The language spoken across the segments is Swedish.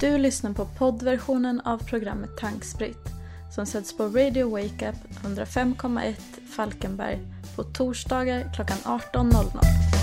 Du lyssnar på poddversionen av programmet Tankspritt som sätts på Radio Wake Up 105,1 Falkenberg på torsdagar klockan 18.00.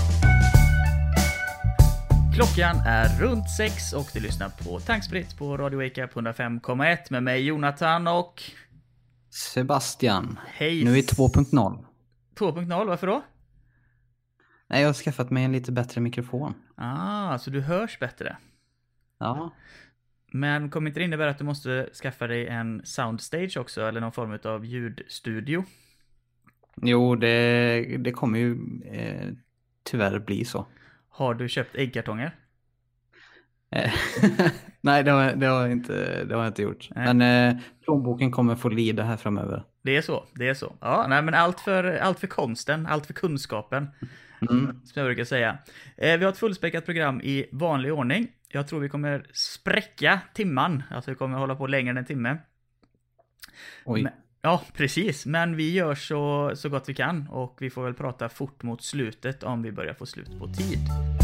Klockan är runt 6 och du lyssnar på Tankspritt på Radio Wake Up 105,1 med mig Jonathan och Sebastian. Hej. Nu är 2.0. 2.0, varför då? Nej, jag har skaffat mig en lite bättre mikrofon. Så du hörs bättre. Ja. Men kommer inte det innebära att du måste skaffa dig en soundstage också eller någon form av ljudstudio? Jo, det kommer ju tyvärr bli så. Har du köpt äggkartonger? Nej, det har jag inte gjort. Nej. Men plånboken kommer få lida här framöver. Det är så. Ja, nej, men allt för konsten, allt för kunskapen, som jag brukar säga. Vi har ett fullspäckat program i vanlig ordning. Jag tror vi kommer spräcka timman. Alltså vi kommer hålla på längre än en timme. Oj. Ja, precis. Men vi gör så gott vi kan. Och vi får väl prata fort mot slutet om vi börjar få slut på tid.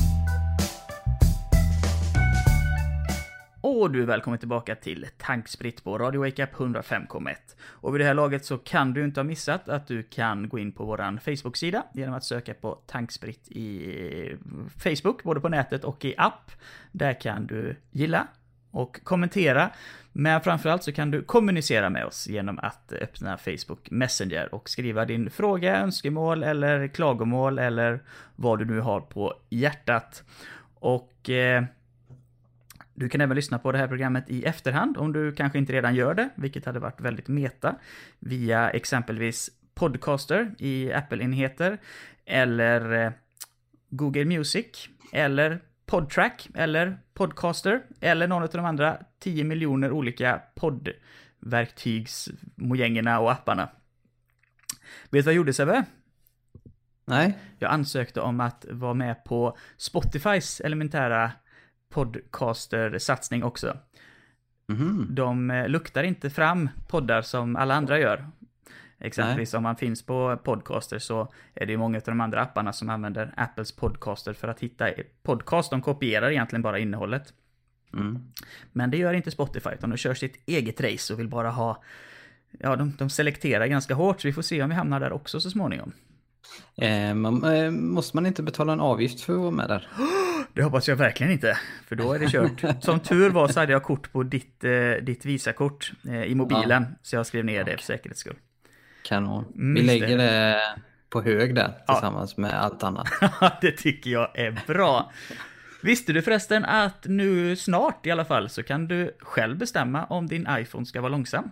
Och du är välkommen tillbaka till Tankspritt på Radio Wake Up 105,1. Och vid det här laget så kan du inte ha missat att du kan gå in på våran Facebook-sida genom att söka på Tankspritt i Facebook, både på nätet och i app. Där kan du gilla och kommentera. Men framförallt så kan du kommunicera med oss genom att öppna Facebook Messenger och skriva din fråga, önskemål eller klagomål eller vad du nu har på hjärtat. Och du kan även lyssna på det här programmet i efterhand om du kanske inte redan gör det, vilket hade varit väldigt meta, via exempelvis Podcaster i Apple-enheter eller Google Music eller Podtrack eller Podcaster eller någon av de andra 10 miljoner olika poddverktygsmojängerna och apparna. Vet du vad jag gjorde, Sebbe? Nej. Jag ansökte om att vara med på Spotifys elementära podcaster-satsning också. De luktar inte fram poddar som alla andra gör. Exempelvis om man finns på Podcaster så är det ju många av de andra apparna som använder Apples Podcaster för att hitta podcast. De kopierar egentligen bara innehållet. Men det gör inte Spotify, utan de kör sitt eget race och vill bara ha... Ja, de selekterar ganska hårt, så vi får se om vi hamnar där också så småningom. Måste man inte betala en avgift för att vara med där? Det hoppas jag verkligen inte, för då är det kört. Som tur var så hade jag kort på ditt Visa-kort i mobilen, så jag skrev ner det för säkerhets skull. Kanon. Vi lägger det på hög där tillsammans med allt annat. Det tycker jag är bra. Visste du förresten att nu snart i alla fall så kan du själv bestämma om din iPhone ska vara långsam?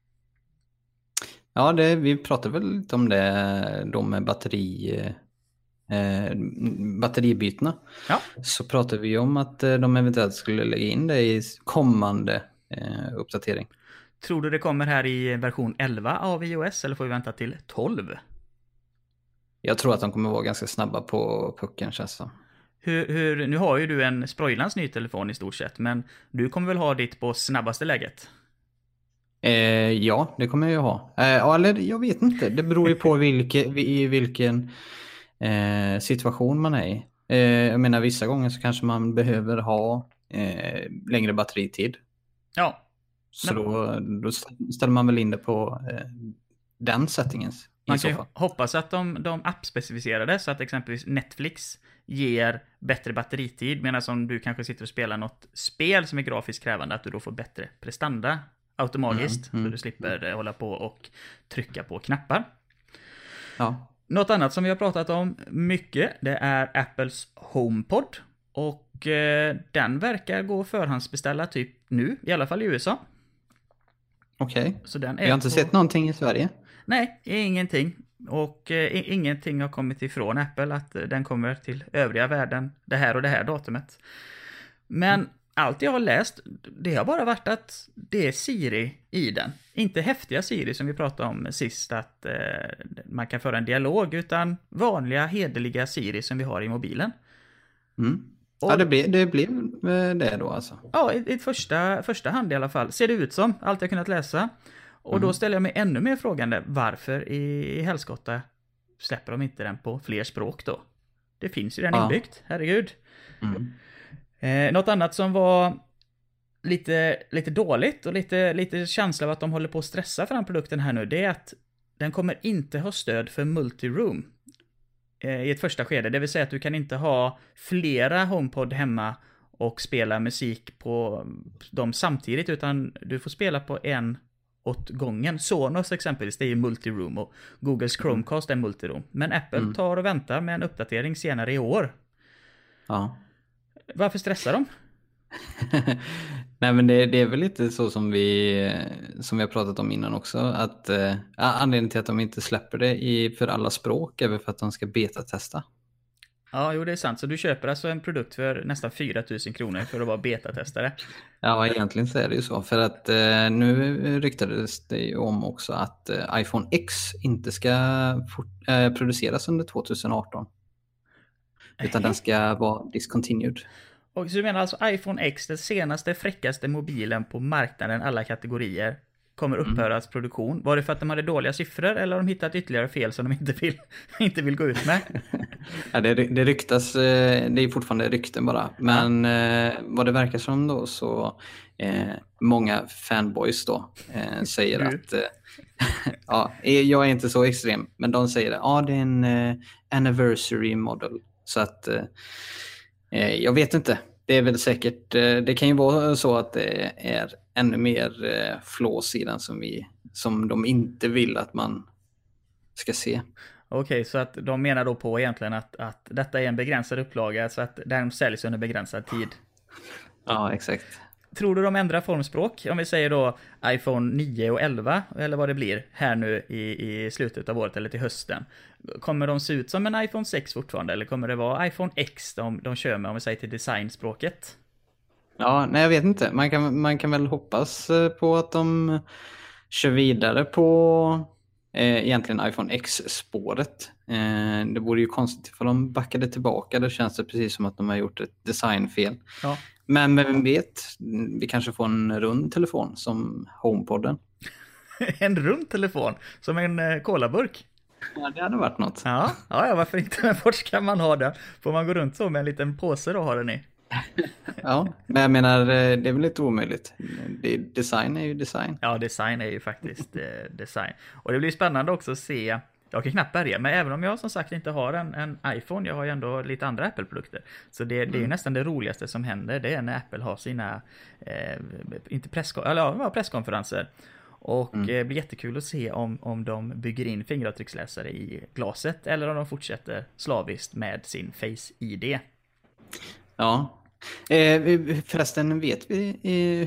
Ja, vi pratade väl lite om det då med batteribytena. Ja. Så pratade vi om att de eventuellt skulle lägga in det i kommande uppdatering. Tror du det kommer här i version 11 av iOS eller får vi vänta till 12? Jag tror att de kommer vara ganska snabba på pucken, känns det. Nu har ju du en sprojlans ny telefon i stort sett, men du kommer väl ha ditt på snabbaste läget? Ja, det kommer jag ha. Eller jag vet inte. Det beror ju på i vilken situation man är i. Jag menar, vissa gånger så kanske man behöver ha längre batteritid. Ja. Så då ställer man väl in det på den settingens. Man kan hoppas att de appspecificerar det så att exempelvis Netflix ger bättre batteritid, medan om du kanske sitter och spelar något spel som är grafiskt krävande, att du då får bättre prestanda automatiskt, så du slipper hålla på och trycka på knappar. Ja. Något annat som vi har pratat om mycket, det är Apples HomePod, och den verkar gå att förhandsbeställa typ nu, i alla fall i USA. Okej. Så den jag har inte sett någonting i Sverige. Nej, ingenting. Och ingenting har kommit ifrån Apple att den kommer till övriga världen det här datumet. Men allt jag har läst, det har bara varit att det är Siri i den. Inte häftiga Siri som vi pratade om sist, att man kan föra en dialog, utan vanliga, hederliga Siri som vi har i mobilen. Och, ja, det blir det då alltså. Ja, i första hand i alla fall. Ser det ut som, allt jag kunnat läsa. Och då ställer jag mig ännu mer frågande, varför i helskotta släpper de inte den på fler språk då? Det finns ju den inbyggt, herregud. Något annat som var lite dåligt och lite känsla av att de håller på att stressa fram produkten här nu, det är att den kommer inte ha stöd för multiroom i ett första skede. Det vill säga att du kan inte ha flera HomePod hemma och spela musik på dem samtidigt, utan du får spela på en åt gången. Sonos exempelvis, det är ju multiroom, och Googles Chromecast är multiroom. Men Apple tar och väntar med en uppdatering senare i år. Ja. Varför stressar de? Nej, men det är väl lite så som vi har pratat om innan också, att anledningen till att de inte släpper det för alla språk är väl för att de ska betatesta. Ja, jo, det är sant. Så du köper alltså en produkt för nästan 4 000 kronor för att vara betatestare? Ja, egentligen så är det ju så. För att nu ryktades det ju om också att iPhone X inte ska produceras under 2018. Utan den ska vara discontinued. Och så du menar alltså iPhone X, den senaste fräckaste mobilen på marknaden, alla kategorier, kommer upphöras produktion? Var det för att de hade dåliga siffror, eller har de hittat ytterligare fel som de inte vill gå ut med? Ja, det ryktas, det är fortfarande rykten bara. Men vad det verkar som då, så många fanboys då säger att ja, jag är inte så extrem, men de säger att det är en anniversary model. Så att jag vet inte. Det är väl säkert, det kan ju vara så att det är ännu mer flås i den som de inte vill att man ska se. Okej, så att de menar då på egentligen att detta är en begränsad upplaga, så att den säljs under begränsad tid. Ja, exakt. Tror du de ändrar formspråk? Om vi säger då iPhone 9 och 11, eller vad det blir, här nu i slutet av året eller till hösten. Kommer de se ut som en iPhone 6 fortfarande, eller kommer det vara iPhone X de kör med, om vi säger till designspråket? Ja, nej, jag vet inte. Man kan väl hoppas på att de kör vidare på egentligen iPhone X-spåret. Det vore ju konstigt ifall de backade tillbaka. Det känns det precis som att de har gjort ett designfel. Ja. Men vem vet, vi kanske får en rund telefon som HomePodden. En rund telefon? Som en colaburk? Ja, det hade varit något. Ja, varför inte? Men vart ska man ha den? Får man gå runt så med en liten påse då, har den i? Ja, men jag menar, det är väl lite omöjligt. Design är ju design. Ja, design är ju faktiskt design. Och det blir spännande också att se. Jag kan knappt börja, men även om jag som sagt inte har en iPhone, jag har ju ändå lite andra Apple-produkter. Så det är ju nästan det roligaste som händer, det är när Apple har sina presskonferenser. Och det blir jättekul att se om de bygger in fingeravtrycksläsare i glaset, eller om de fortsätter slaviskt med sin Face ID. Ja, förresten, vet vi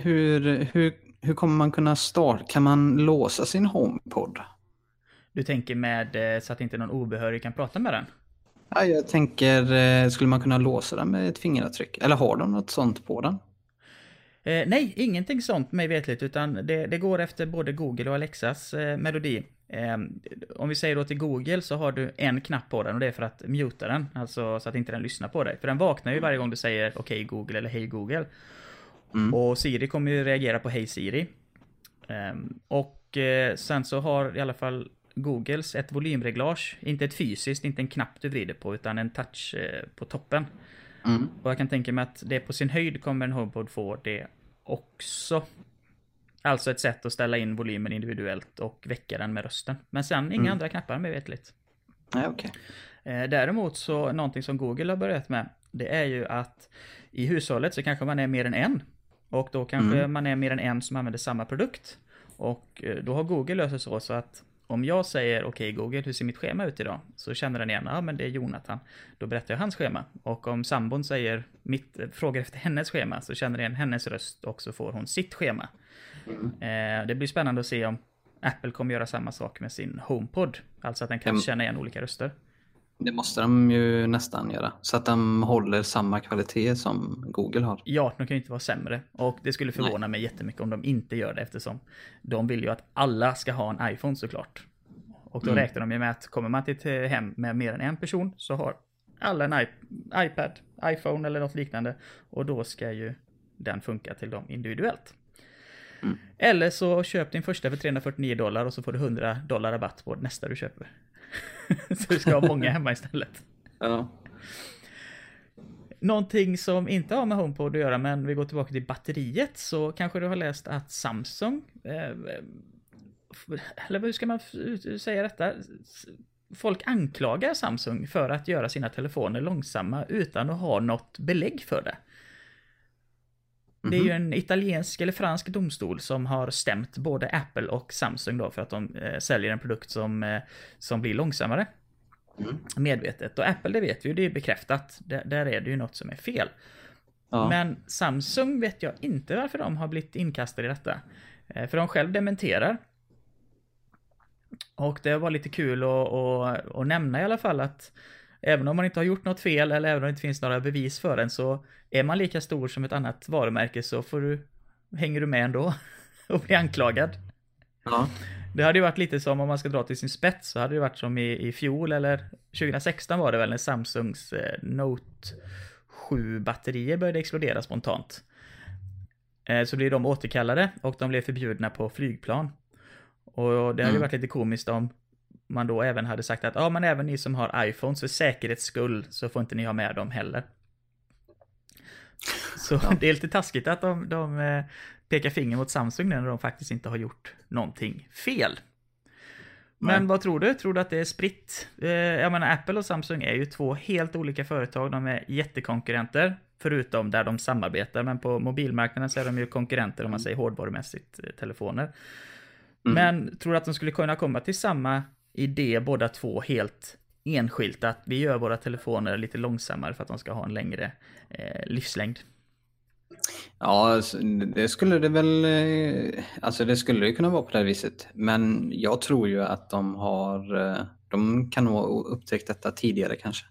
hur kommer man kunna starta? Kan man låsa sin HomePod? Du tänker med så att inte någon obehörig kan prata med den? Ja, jag tänker, skulle man kunna låsa den med ett fingeravtryck? Eller har de något sånt på den? Nej, ingenting sånt mig vetligt, utan det går efter både Google och Alexas melodi. Om vi säger då till Google, så har du en knapp på den, och det är för att muta den, alltså så att inte den lyssnar på dig. För den vaknar ju varje gång du säger okej Google eller hej Google. Och Siri kommer ju reagera på hej Siri. Och sen så har i alla fall Googles ett volymreglage, inte ett fysiskt, inte en knapp du vrider på, utan en touch på toppen. Och jag kan tänka mig att det på sin höjd kommer en HomePod få det också. Alltså ett sätt att ställa in volymen individuellt och väcka den med rösten. Men sen inga andra knappar med vetligt. Nej, okej. Däremot så någonting som Google har börjat med, det är ju att i hushållet så kanske man är mer än en. Och då kanske man är mer än en som använder samma produkt. Och då har Google löst det så att om jag säger okej Google, hur ser mitt schema ut idag? Så känner den igen, men det är Jonathan. Då berättar jag hans schema. Och om sambon säger frågar efter hennes schema, så känner den igen hennes röst och så får hon sitt schema. Det blir spännande att se om Apple kommer göra samma sak med sin HomePod. Alltså att den kan känna igen olika röster. Det måste de ju nästan göra. Så att de håller samma kvalitet som Google har. Ja, de kan ju inte vara sämre. Och det skulle förvåna mig jättemycket om de inte gör det. Eftersom de vill ju att alla ska ha en iPhone såklart. Och då räknar de ju med att kommer man till ett hem med mer än en person, så har alla en iPad, iPhone eller något liknande. Och då ska ju den funka till dem individuellt. Eller så köp din första för $349 och så får du $100 rabatt på nästa du köper. Så du ska ha många hemma istället. Ja. Någonting som inte har med HomePod att göra, men vi går tillbaka till batteriet, så kanske du har läst att Samsung, eller hur ska man säga detta? Folk anklagar Samsung för att göra sina telefoner långsamma utan att ha något belägg för det. Det är ju en italiensk eller fransk domstol som har stämt både Apple och Samsung då för att de säljer en produkt som blir långsammare. Medvetet. Och Apple, det vet vi ju, det är bekräftat. Där är det ju något som är fel. Ja. Men Samsung vet jag inte varför de har blivit inkastade i detta. För de själv dementerar. Och det var lite kul att nämna i alla fall att även om man inte har gjort något fel eller även om det inte finns några bevis för den, så är man lika stor som ett annat varumärke, så hänger du med ändå och blir anklagad. Ja. Det hade ju varit lite som, om man ska dra till sin spets, så hade det varit som i fjol eller 2016 var det väl, när Samsungs Note 7 batterier började explodera spontant. Så blev de återkallade och de blev förbjudna på flygplan. Och det hade ju varit lite komiskt om man då även hade sagt att men även ni som har iPhones, för säkerhets skull så får inte ni ha med dem heller. Så det är lite taskigt att de pekar finger mot Samsung när de faktiskt inte har gjort någonting fel. Men vad tror du? Tror du att det är spritt? Jag menar, Apple och Samsung är ju två helt olika företag. De är jättekonkurrenter, förutom där de samarbetar. Men på mobilmarknaden så är de ju konkurrenter, om man säger hårdvarumässigt, telefoner. Men tror du att de skulle kunna komma till samma idé båda två helt enskilt, att vi gör våra telefoner lite långsammare för att de ska ha en längre livslängd? Ja, det skulle det väl, alltså det skulle ju kunna vara på det här viset, men jag tror ju att de kan nog upptäckt detta tidigare kanske.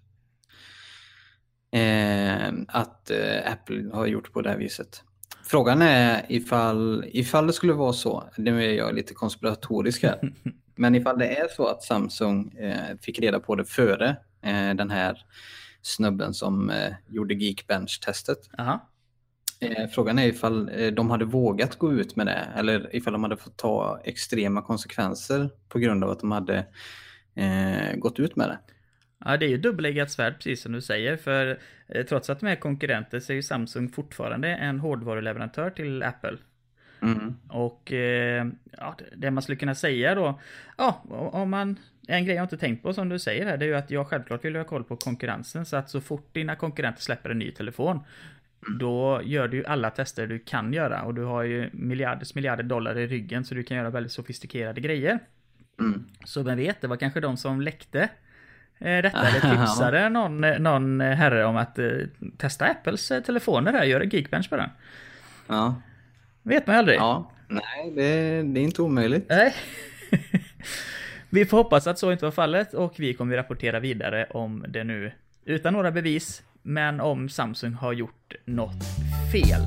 Att Apple har gjort på det här viset. Frågan är ifall det skulle vara så, nu är jag lite konspiratorisk här, men ifall det är så att Samsung fick reda på det före den här snubben som gjorde Geekbench-testet. Frågan är ifall de hade vågat gå ut med det, eller ifall de hade fått ta extrema konsekvenser på grund av att de hade gått ut med det. Ja, det är ju dubbelleggat svärd, precis som du säger, för trots att de är konkurrenter så är ju Samsung fortfarande en hårdvaruleverantör till Apple. Och det man skulle kunna säga då, en grej jag inte tänkt på som du säger här, det är ju att jag självklart vill ha koll på konkurrensen, så att så fort dina konkurrenter släpper en ny telefon, då gör du ju alla tester du kan göra, och du har ju miljarder dollar i ryggen, så du kan göra väldigt sofistikerade grejer. Så vem vet, det var kanske de som läckte detta, eller tipsade någon herre om att testa Apples telefoner här, göra Geekbench på den. Ja. Vet man aldrig. Ja, nej, det är inte omöjligt. Nej. Vi får hoppas att så inte var fallet, och vi kommer rapportera vidare om det nu, utan några bevis, men om Samsung har gjort något fel.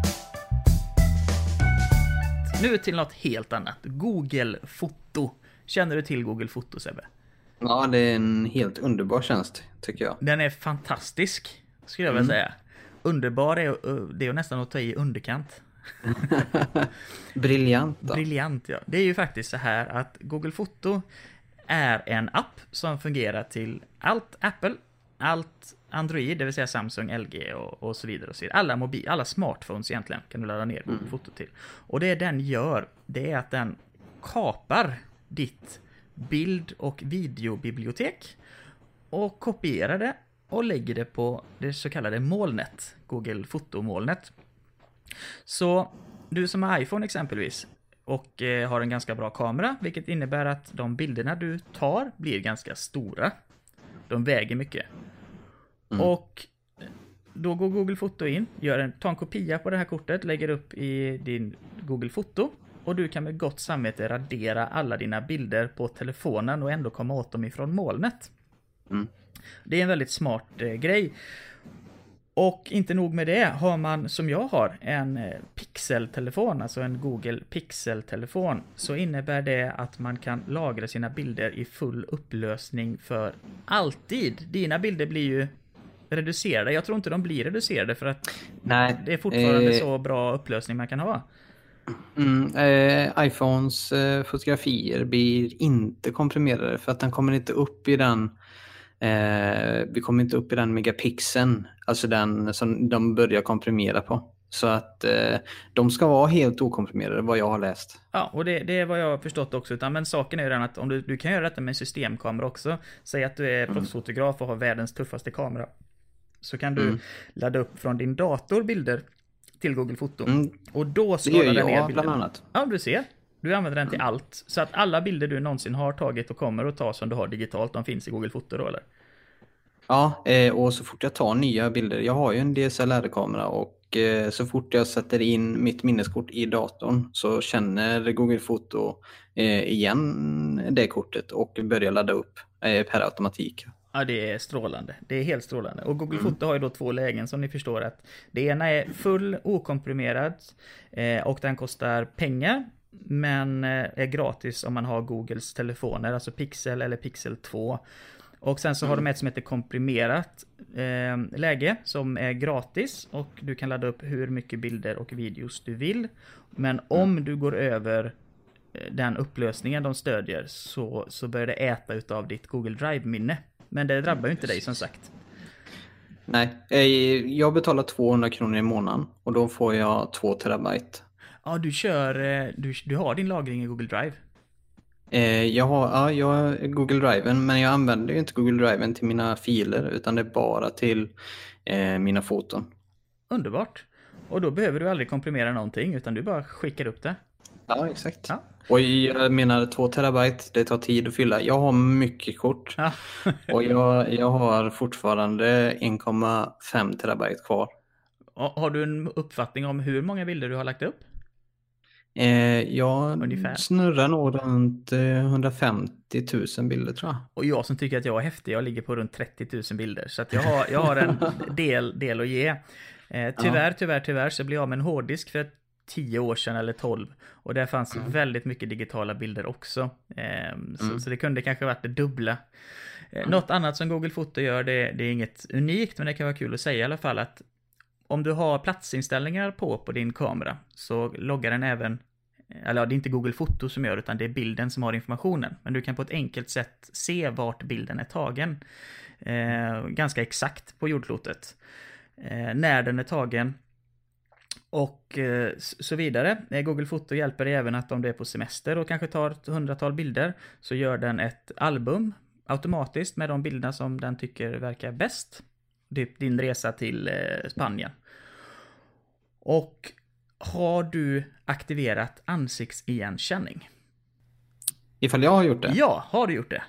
Nu till något helt annat. Google Foto. Känner du till Google Foto, Sebbe? Ja, det är en helt underbar tjänst, tycker jag. Den är fantastisk, skulle jag vilja säga. Underbar det är nästan att ta i underkant. Briljant då. Briljant, ja. Det är ju faktiskt så här att Google Foto är en app som fungerar till allt Apple, allt Android, det vill säga Samsung, LG och så vidare. Och så vidare. Alla smartphones egentligen kan du ladda ner Google Foto till. Och det den gör, det är att den kapar ditt bild- och videobibliotek och kopierar det och lägger det på det så kallade molnet, Google Fotomolnet. Så du som har iPhone exempelvis och har en ganska bra kamera, vilket innebär att de bilderna du tar blir ganska stora. De väger mycket. Och då går Google Foto in, tar en kopia på det här kortet, lägger upp i din Google Foto, och du kan med gott samvete radera alla dina bilder på telefonen och ändå komma åt dem ifrån molnet. Det är en väldigt smart grej. Och inte nog med det, har man som jag har en Pixel-telefon, alltså en Google Pixel-telefon, så innebär det att man kan lagra sina bilder i full upplösning för alltid. Dina bilder blir ju reducerade. Jag tror inte de blir reducerade för att det är fortfarande så bra upplösning man kan ha. iPhones fotografier blir inte komprimerade för att den kommer inte upp i den vi kommer inte upp i den megapixeln, alltså den som de börjar komprimera på. Så att de ska vara helt okomprimerade, vad jag har läst. Ja, och det är vad jag har förstått också. Men saken är ju den att om du kan göra detta med systemkamera också. Säg att du är proffsfotograf och har världens tuffaste kamera. Så kan du ladda upp från din dator bilder till Google Foto. Och då scrollar den ner bilden. Bland annat. Ja, du ser. Du använder den till allt. Så att alla bilder du någonsin har tagit och kommer att ta som du har digitalt, de finns i Google Foto då, eller? Ja, och så fort jag tar nya bilder, jag har ju en DSLR-kamera och så fort jag sätter in mitt minneskort i datorn så känner Google Foto igen det kortet och börjar ladda upp per automatik. Ja, det är strålande. Det är helt strålande. Och Google Foto har ju då 2 lägen som ni förstår att det ena är full okomprimerad och den kostar pengar men är gratis om man har Googles telefoner, alltså Pixel eller Pixel 2. Och sen så har de ett som heter komprimerat läge som är gratis och du kan ladda upp hur mycket bilder och videos du vill. Men om du går över den upplösningen de stödjer så börjar det äta utav ditt Google Drive-minne. Men det drabbar ju inte dig som sagt. Nej, jag betalar 200 kronor i månaden och då får jag 2 terabyte. Ja, du har din lagring i Google Drive. Jag har Google Driven, men jag använder ju inte Google Driven till mina filer utan det är bara till mina foton. Underbart. Och då behöver du aldrig komprimera någonting utan du bara skickar upp det. Ja, exakt. Ja. Och jag menar 2 terabyte, det tar tid att fylla. Jag har mycket kort. Ja. Och jag har fortfarande 1,5 terabyte kvar. Har du en uppfattning om hur många bilder du har lagt upp? Jag Ungefär. snurrar nog runt 150 000 bilder tror jag. Och jag som tycker att jag är häftig, jag ligger på runt 30 000 bilder. Så att jag har en del att ge. Tyvärr så blev jag av med en hårddisk för 10 år sedan eller 12. Och där fanns väldigt mycket digitala bilder också. Så det kunde kanske varit det dubbla. Något annat som Google Foto gör, det är inget unikt, men det kan vara kul att säga i alla fall att om du har platsinställningar på din kamera så loggar den även, eller det är inte Google Foto som gör utan det är bilden som har informationen. Men du kan på ett enkelt sätt se vart bilden är tagen. Ganska exakt på jordklotet. När den är tagen och så vidare. Google Foto hjälper dig även att om du är på semester och kanske tar 100-tal bilder så gör den ett album automatiskt med de bilderna som den tycker verkar bäst. Typ din resa till Spanien. Och har du aktiverat ansiktsigenkänning? Ifall jag har gjort det? Ja, har du gjort det?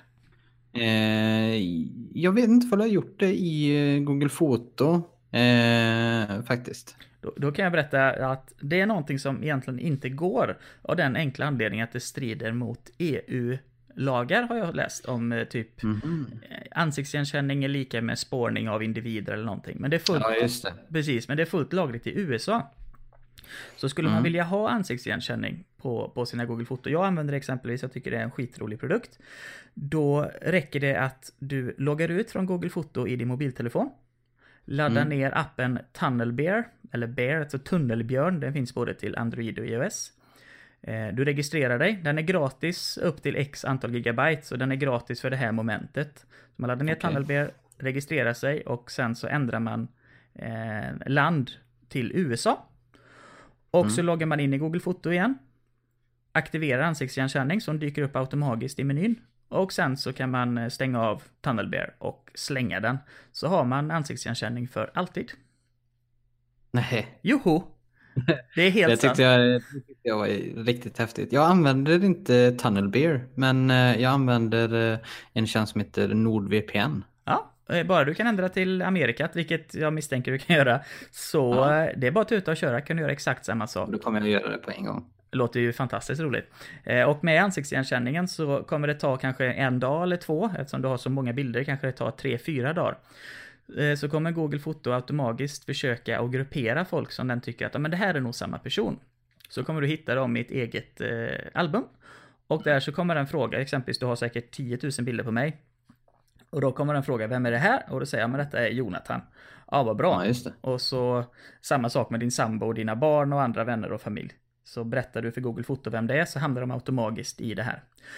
Jag vet inte om jag har gjort det i Google Foto faktiskt. Då kan jag berätta att det är någonting som egentligen inte går av den enkla anledningen att det strider mot EU-lagar har jag läst om typ ansiktsigenkänning är lika med spårning av individer eller någonting. Men det är fullt, just det. Precis, men det är fullt lagligt i USA. Så skulle man vilja ha ansiktsigenkänning på sina Google Foto. Jag använder det exempelvis, jag tycker det är en skitrolig produkt. Då räcker det att du loggar ut från Google Foto i din mobiltelefon. Ladda ner appen Tunnelbear, eller Bear, alltså tunnelbjörn. Den finns både till Android och iOS. Du registrerar dig. Den är gratis upp till x antal gigabyte. Så den är gratis för det här momentet. Så man laddar ner Tunnelbear, registrerar sig och sen så ändrar man land till USA. Och så loggar man in i Google Foto igen. Aktiverar ansiktsigenkänning som dyker upp automatiskt i menyn. Och sen så kan man stänga av Tunnelbear och slänga den. Så har man ansiktsigenkänning för alltid. Nej. Joho! Det är helt sant. Det tyckte jag var riktigt häftigt. Jag använder inte Tunnelbear, men jag använder en tjänst som heter NordVPN. Ja, bara du kan ändra till Amerikat, vilket jag misstänker du kan göra. Så det är bara att tuta och köra, kan du göra exakt samma sak. Då kommer jag göra det på en gång. Det låter ju fantastiskt roligt. Och med ansiktsigenkänningen så kommer det ta kanske 1 dag eller 2. Eftersom du har så många bilder kanske det tar 3-4 dagar. Så kommer Google Foto automatiskt försöka att gruppera folk som den tycker att men det här är nog samma person. Så kommer du hitta dem i ett eget album. Och där så kommer den fråga, exempelvis du har säkert 10 000 bilder på mig. Och då kommer den fråga, vem är det här? Och då säger jag, men detta är Jonathan. Ja, vad bra. Ja, just det. Och så samma sak med din sambo och dina barn och andra vänner och familj. Så berättar du för Google Foto vem det är så hamnar de automatiskt i det här.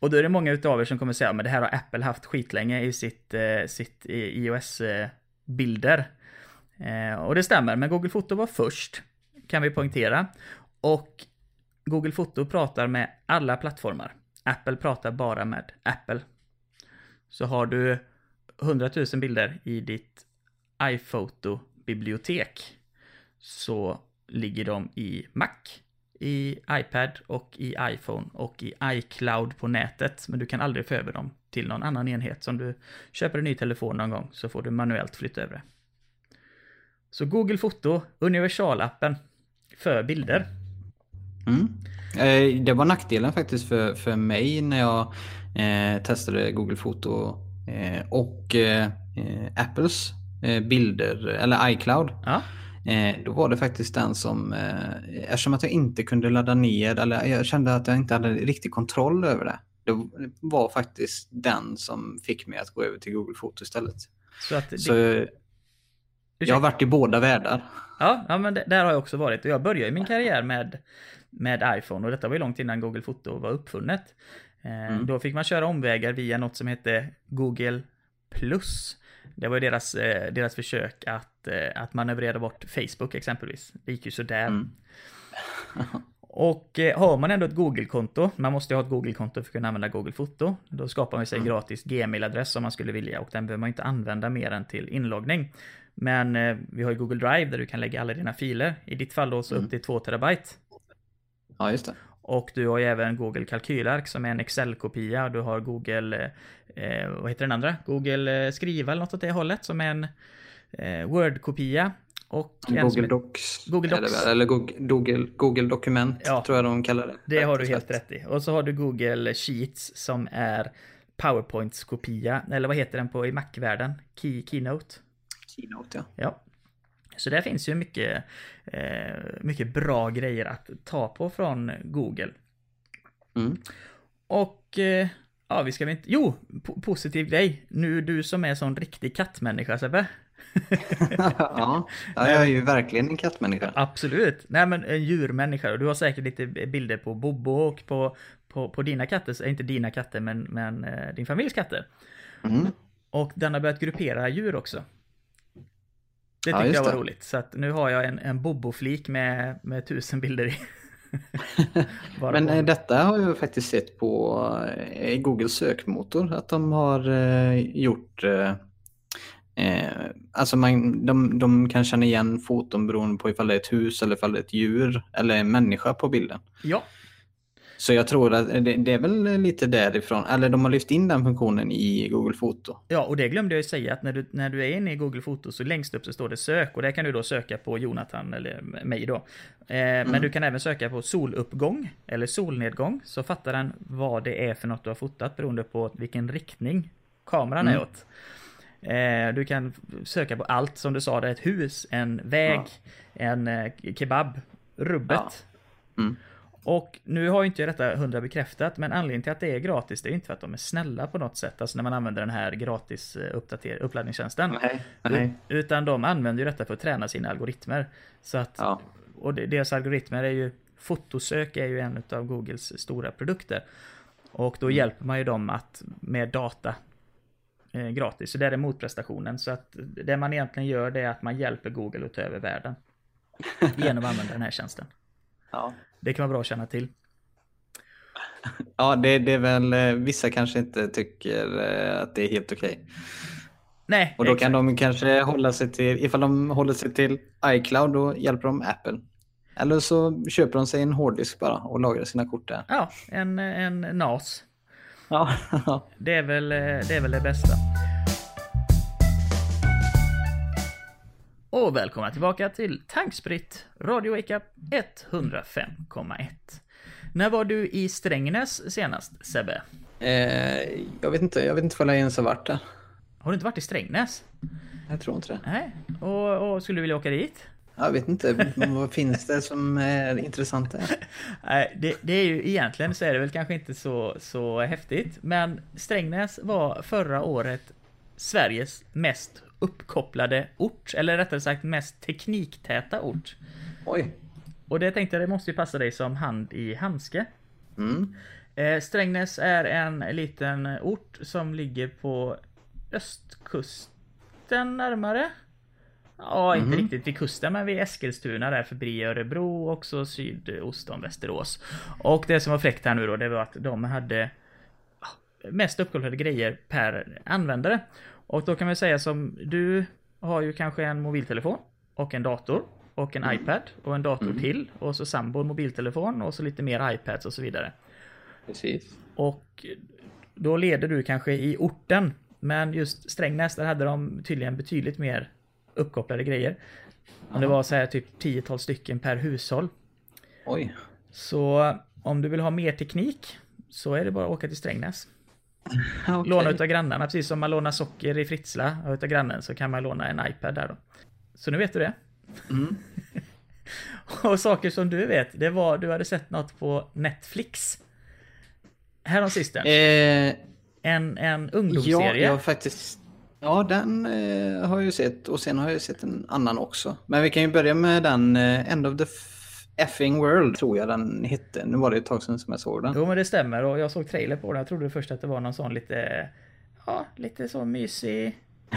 Och då är det många utav er som kommer säga, men det här har Apple haft skitlänge i sitt iOS-bilder. Och det stämmer, men Google Foto var först, kan vi poängtera. Och Google Foto pratar med alla plattformar. Apple pratar bara med Apple. Så har du 100 000 bilder i ditt iPhoto-bibliotek så ligger de i Mac, i iPad och i iPhone och i iCloud på nätet. Men du kan aldrig få över dem till någon annan enhet. Som du köper en ny telefon någon gång så får du manuellt flytta över det. Så Google Foto, universalappen för bilder. Det var nackdelen faktiskt för mig när jag testade Google Foto och Apples bilder, eller iCloud. Ja. Då var det faktiskt den som, eftersom att jag inte kunde ladda ner, eller jag kände att jag inte hade riktig kontroll över det. Det var faktiskt den som fick mig att gå över till Google Foto istället. Så jag har varit i båda världar. Ja, men där har jag också varit. Och jag började min karriär med iPhone. Och detta var ju långt innan Google Foto var uppfunnet. Då fick man köra omvägar via något som hette Google Plus. Det var ju deras försök att manövrera bort Facebook exempelvis. Det gick ju sådär. Och har man ändå ett Google-konto, man måste ju ha ett Google-konto för att kunna använda Google Foto. Då skapar man sig en gratis Gmail-adress om man skulle vilja. Och den behöver man inte använda mer än till inloggning. Men vi har ju Google Drive där du kan lägga alla dina filer. I ditt fall då så upp till 2 terabyte. Ja, just det. Och du har ju även Google Kalkylark som är en Excel-kopia. Du har Google, vad heter den andra? Google Skriva eller något åt det hållet som är en Word-kopia. Och Google Docs. Eller Google Dokument, tror jag de kallar det. Det har du helt rätt i. Och så har du Google Sheets som är PowerPoints kopia. Eller vad heter den i Mac-världen? Keynote. Keynote, ja. Så där finns ju mycket bra grejer att ta på från Google. Och vi ska väl inte... Jo, positiv grej. Nu du som är sån riktig kattmänniska, Sebbe. Ja, jag är ju verkligen en kattmänniska. Absolut. Nej, men en djurmänniska. Och du har säkert lite bilder på Bobo och på dina katter. Inte dina katter, men din familjs katter. Och den har börjat gruppera djur också. Det tyckte jag var roligt. Så att nu har jag en Bobo-flik med 1000 bilder i. Men detta har jag faktiskt sett på Google sökmotor. Att de har gjort... alltså de kan känna igen foton beroende på ifall det är ett hus eller ifall det är ett djur eller en människa på bilden. Ja. Så jag tror att det är väl lite därifrån. Eller de har lyft in den funktionen i Google Foto. Ja, och det glömde jag ju säga att när du är inne i Google Foto så längst upp så står det sök. Och där kan du då söka på Jonathan eller mig då. Men du kan även söka på soluppgång eller solnedgång. Så fattar den vad det är för något du har fotat beroende på vilken riktning kameran är åt. Du kan söka på allt som du sa. Det är ett hus, en väg, en kebab, rubbet. Och nu har ju inte jag detta 100 bekräftat, men anledningen till att det är gratis, det är inte för att de är snälla på något sätt, alltså när man använder den här gratis uppladdningstjänsten. Nej. Utan de använder ju detta för att träna sina algoritmer. Så att, och deras algoritmer är ju, fotosök är ju en av Googles stora produkter. Och då hjälper man ju dem med data gratis. Så det är motprestationen. Så att det man egentligen gör, det är att man hjälper Google att ta över världen genom att använda den här tjänsten. Ja. Det kan vara bra att känna till. Ja, det är väl vissa kanske inte tycker att det är helt okej. Nej, och då kan de kanske hålla sig till, ifall de håller sig till iCloud, då hjälper de Apple. Eller så köper de sig en hårddisk bara och lagrar sina kort där. Ja, en NAS. Ja. Det är väl det bästa. Och välkomna tillbaka till Tankspritt Radio Wake Up 105,1. När var du i Strängnäs senast, Sebbe? Jag vet inte vad jag ens har varit där. Har du inte varit i Strängnäs? Jag tror inte det. Nej. Och skulle du vilja åka dit? Jag vet inte, vad finns det som är intressant där? Nej, det är ju egentligen så är det väl kanske inte så häftigt. Men Strängnäs var förra året Sveriges mest uppkopplade ort, eller rättare sagt mest tekniktäta ort. Oj. Och det tänkte jag, det måste ju passa dig som hand i handske. Strängnäs är en liten ort som ligger på östkusten närmare. Ja, inte riktigt vid kusten, men vid Eskilstuna där förbi Örebro, också sydost om Västerås. Och det som var fräckt här nu då, det var att de hade mest uppkopplade grejer per användare. Och då kan man säga som du har ju kanske en mobiltelefon och en dator och en iPad och en dator till och så sambo en mobiltelefon och så lite mer iPads och så vidare. Precis. Och då leder du kanske i orten, men just Strängnäs där hade de tydligen betydligt mer uppkopplade grejer. Och det var så här typ 10-tal stycken per hushåll. Oj. Så om du vill ha mer teknik så är det bara att åka till Strängnäs. Okay. Låna utav grannarna, precis som man lånar socker i Fritsla utav grannen så kan man låna en iPad där då. Så nu vet du det. Och saker som du vet, det var du hade sett något på Netflix. Här om sisten. En ungdomsserie. Ja, jag faktiskt. Ja, den har jag ju sett och sen har jag sett en annan också. Men vi kan ju börja med den End of the effing World tror jag den hette. Nu var det ett tag sedan som jag såg den. Jo, men det stämmer och jag såg trailer på den. Jag trodde först att det var någon sån lite så mysig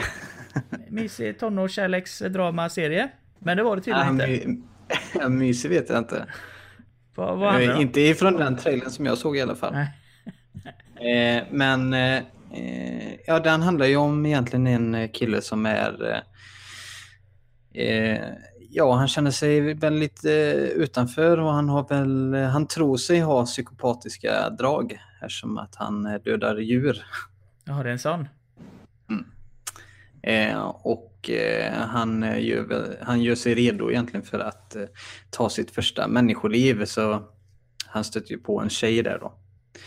tonårskärleksdrama-serie. Men det var det tydligen inte. Mysig vet jag inte. Vad handlar det? Inte ifrån den trailern som jag såg i alla fall. Men ja, den handlar ju om egentligen en kille som är han känner sig väl lite utanför och han tror sig ha psykopatiska drag här som att han dödar djur. Ja, det är en sån. Och han gör sig redo egentligen för att ta sitt första människoliv, så han stöter ju på en tjej där då.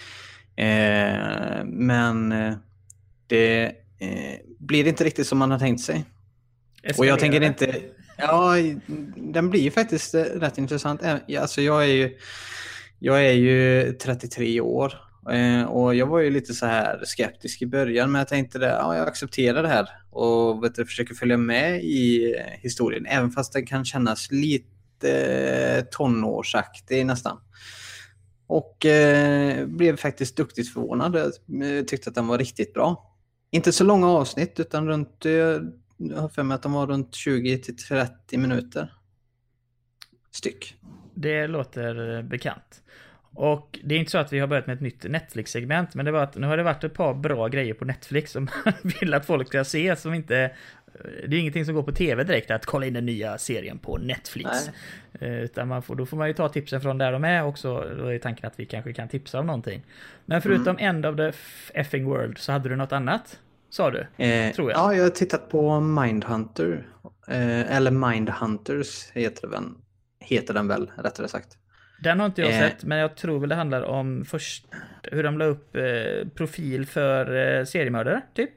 Men det blir inte riktigt som man har tänkt sig. Och jag tänker inte... Ja, den blir ju faktiskt rätt intressant. Alltså jag är ju 33 år och jag var ju lite så här skeptisk i början, men jag tänkte jag accepterar det här och försöker följa med i historien, även fast den kan kännas lite tonårsaktig nästan. Och blev faktiskt duktigt förvånad. Jag tyckte att den var riktigt bra. Inte så långa avsnitt utan jag har för mig att de var runt 20-30 minuter styck. Det låter bekant. Och det är inte så att vi har börjat med ett nytt Netflix-segment, men det var att nu har det varit ett par bra grejer på Netflix som man vill att folk ska se, som inte... Det är ingenting som går på tv direkt att kolla in den nya serien på Netflix. Utan då får man ju ta tipsen från där de är också. Då är tanken att vi kanske kan tipsa om någonting. Men förutom End of the effing World så hade du något annat, sa du? Tror jag. Ja, jag har tittat på Mindhunter. Eller Mindhunters heter den väl, rättare sagt. Den har inte jag sett, men jag tror väl det handlar om först hur de la upp profil för seriemördare, typ.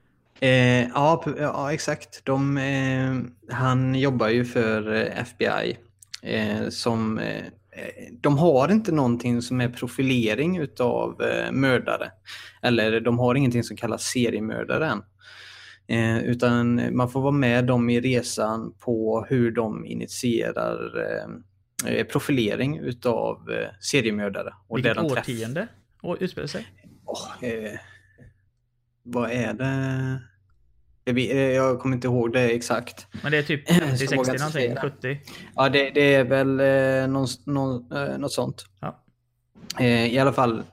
Ja, exakt. Han jobbar ju för FBI som de har inte någonting som är profilering utav mördare, eller de har ingenting som kallas seriemördare än. Utan man får vara med dem i resan på hur de initierar profilering utav seriemördare. Och vilket årtionde utspelar sig? Vad är det? Jag kommer inte ihåg det exakt. Men det är typ 50-60 någonting, 70? Ja, det är väl något sånt. Ja. I alla fall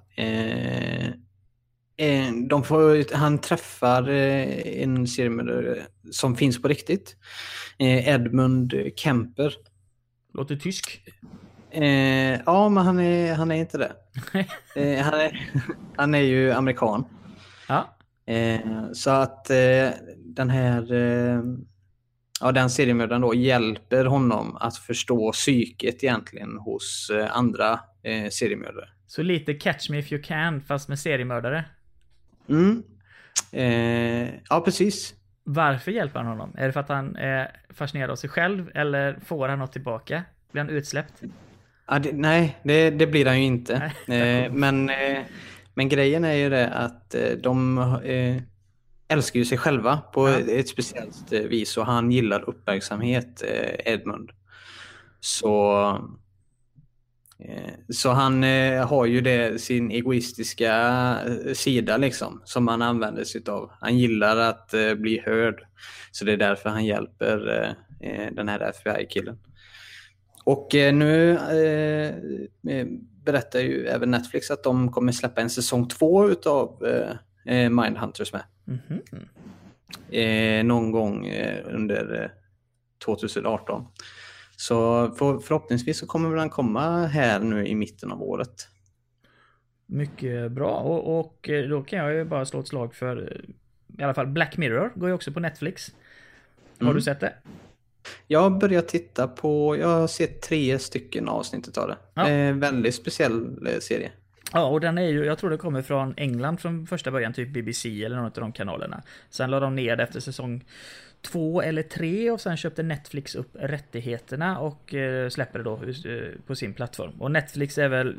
han träffar en seriemördare som finns på riktigt. Edmund Kemper. Låter tysk. Ja, men han är inte det. Han är ju amerikan. Ja. Så att den seriemördaren då hjälper honom att förstå psyket egentligen hos andra seriemördare. Så lite Catch Me If You Can fast med seriemördare. Ja, precis. Varför hjälper han honom? Är det för att han är fascinerad av sig själv eller får han något tillbaka? Blir han utsläppt? Ja, nej, det blir han ju inte. Men grejen är ju det att de älskar ju sig själva på ett speciellt vis, och han gillar uppmärksamhet, Edmund. Så Så han har ju sin egoistiska sida liksom, som han använder sig av. Han gillar att bli hörd. Så det är därför han hjälper den här FBI-killen. Och nu berättar ju även Netflix att de kommer släppa en säsong 2 utav Mindhunters med. Någon gång under 2018. Så förhoppningsvis så kommer den komma här nu i mitten av året. Mycket bra. Och då kan jag ju bara slå ett slag för i alla fall Black Mirror går ju också på Netflix. Har du sett det? Jag har börjat titta på, jag har sett 3 stycken avsnitt av det. Ja. Väldigt speciell serie. Ja, och den är ju, jag tror det kommer från England från första början, typ BBC eller något av de kanalerna. Sen la de ner det efter säsong 2 eller 3 och sen köpte Netflix upp rättigheterna och släpper det då på sin plattform. Och Netflix är väl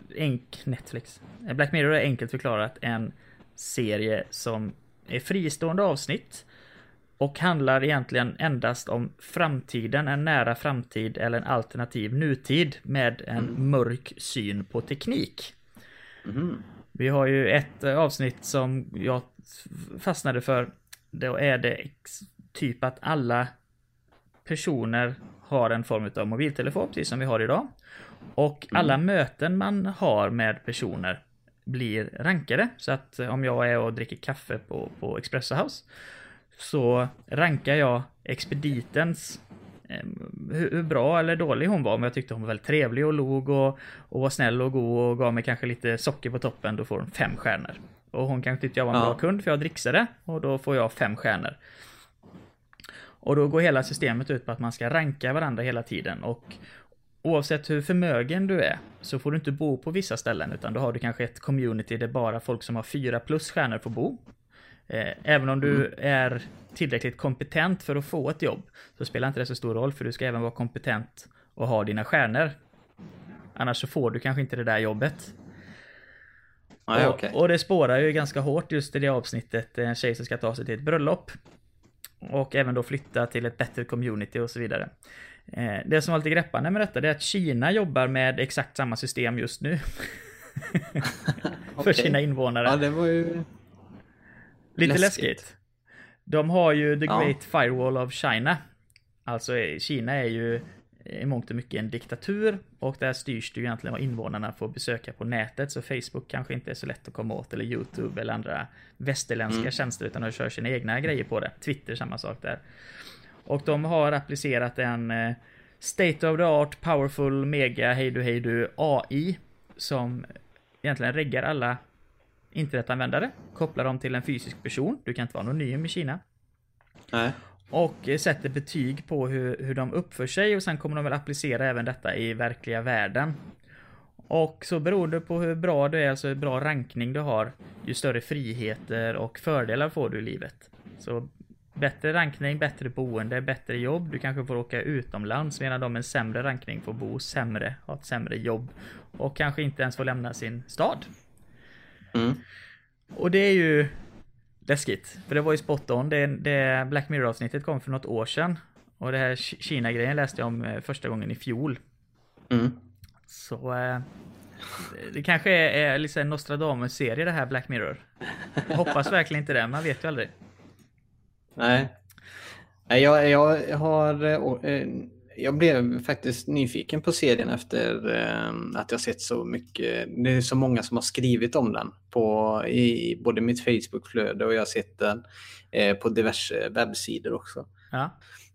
Black Mirror är enkelt förklarat en serie som är fristående avsnitt och handlar egentligen endast om framtiden, en nära framtid eller en alternativ nutid med en mörk syn på teknik. Vi har ju ett avsnitt som jag fastnade för. Då är det typ att alla personer har en form av mobiltelefon, precis som vi har idag. Och alla möten man har med personer blir rankade. Så att om jag är och dricker kaffe på Espresso House så rankar jag expeditens hur bra eller dålig hon var. Om jag tyckte hon var väldigt trevlig och log och var snäll och god och gav mig kanske lite socker på toppen, då får hon 5 stjärnor. Och hon kanske tyckte jag var en bra kund för jag dricksade och då får jag 5 stjärnor. Och då går hela systemet ut på att man ska ranka varandra hela tiden. Och oavsett hur förmögen du är så får du inte bo på vissa ställen, utan då har du kanske ett community där bara folk som har 4+ stjärnor får bo. Även om du är tillräckligt kompetent för att få ett jobb så spelar inte det så stor roll, för du ska även vara kompetent och ha dina stjärnor. Annars så får du kanske inte det där jobbet. Och det spårar ju ganska hårt just i det avsnittet. En tjej som ska ta sig till ett bröllop och även då flytta till ett bättre community och så vidare. Det som var lite greppande med detta är att Kina jobbar med exakt samma system just nu. För sina invånare. Ja, det var ju lite läskigt. De har ju The Great Firewall of China. Alltså Kina är ju i mångt och mycket en diktatur och där styrs det ju egentligen vad invånarna får besöka på nätet, så Facebook kanske inte är så lätt att komma åt, eller YouTube eller andra västerländska tjänster, utan de kör sina egna grejer på det. Twitter, samma sak där. Och de har applicerat en state of the art, powerful, mega, hejdu AI som egentligen reggar alla internetanvändare, kopplar dem till en fysisk person. Du kan inte vara anonym i Kina. Nej. Och sätter betyg på hur de uppför sig, och sen kommer de väl applicera även detta i verkliga världen. Och så beroende på hur bra du är, alltså hur bra rankning du har, ju större friheter och fördelar får du i livet. Så bättre rankning, bättre boende, bättre jobb. Du kanske får åka utomlands, medan de med en sämre rankning får bo sämre, ha ett sämre jobb och kanske inte ens får lämna sin stad. Och det är ju läskigt, för det var ju spot on. Det Black Mirror-avsnittet kom för något år sedan. Och det här Kina-grejen läste jag om första gången i fjol. Så det kanske är liksom en Nostradamus-serie, det här Black Mirror. Jag hoppas verkligen inte det, man vet ju aldrig. Nej. Jag blev faktiskt nyfiken på serien efter att jag sett så mycket. Det är så många som har skrivit om den i både mitt Facebook-flöde, och jag har sett den på diverse webbsidor också. Ja.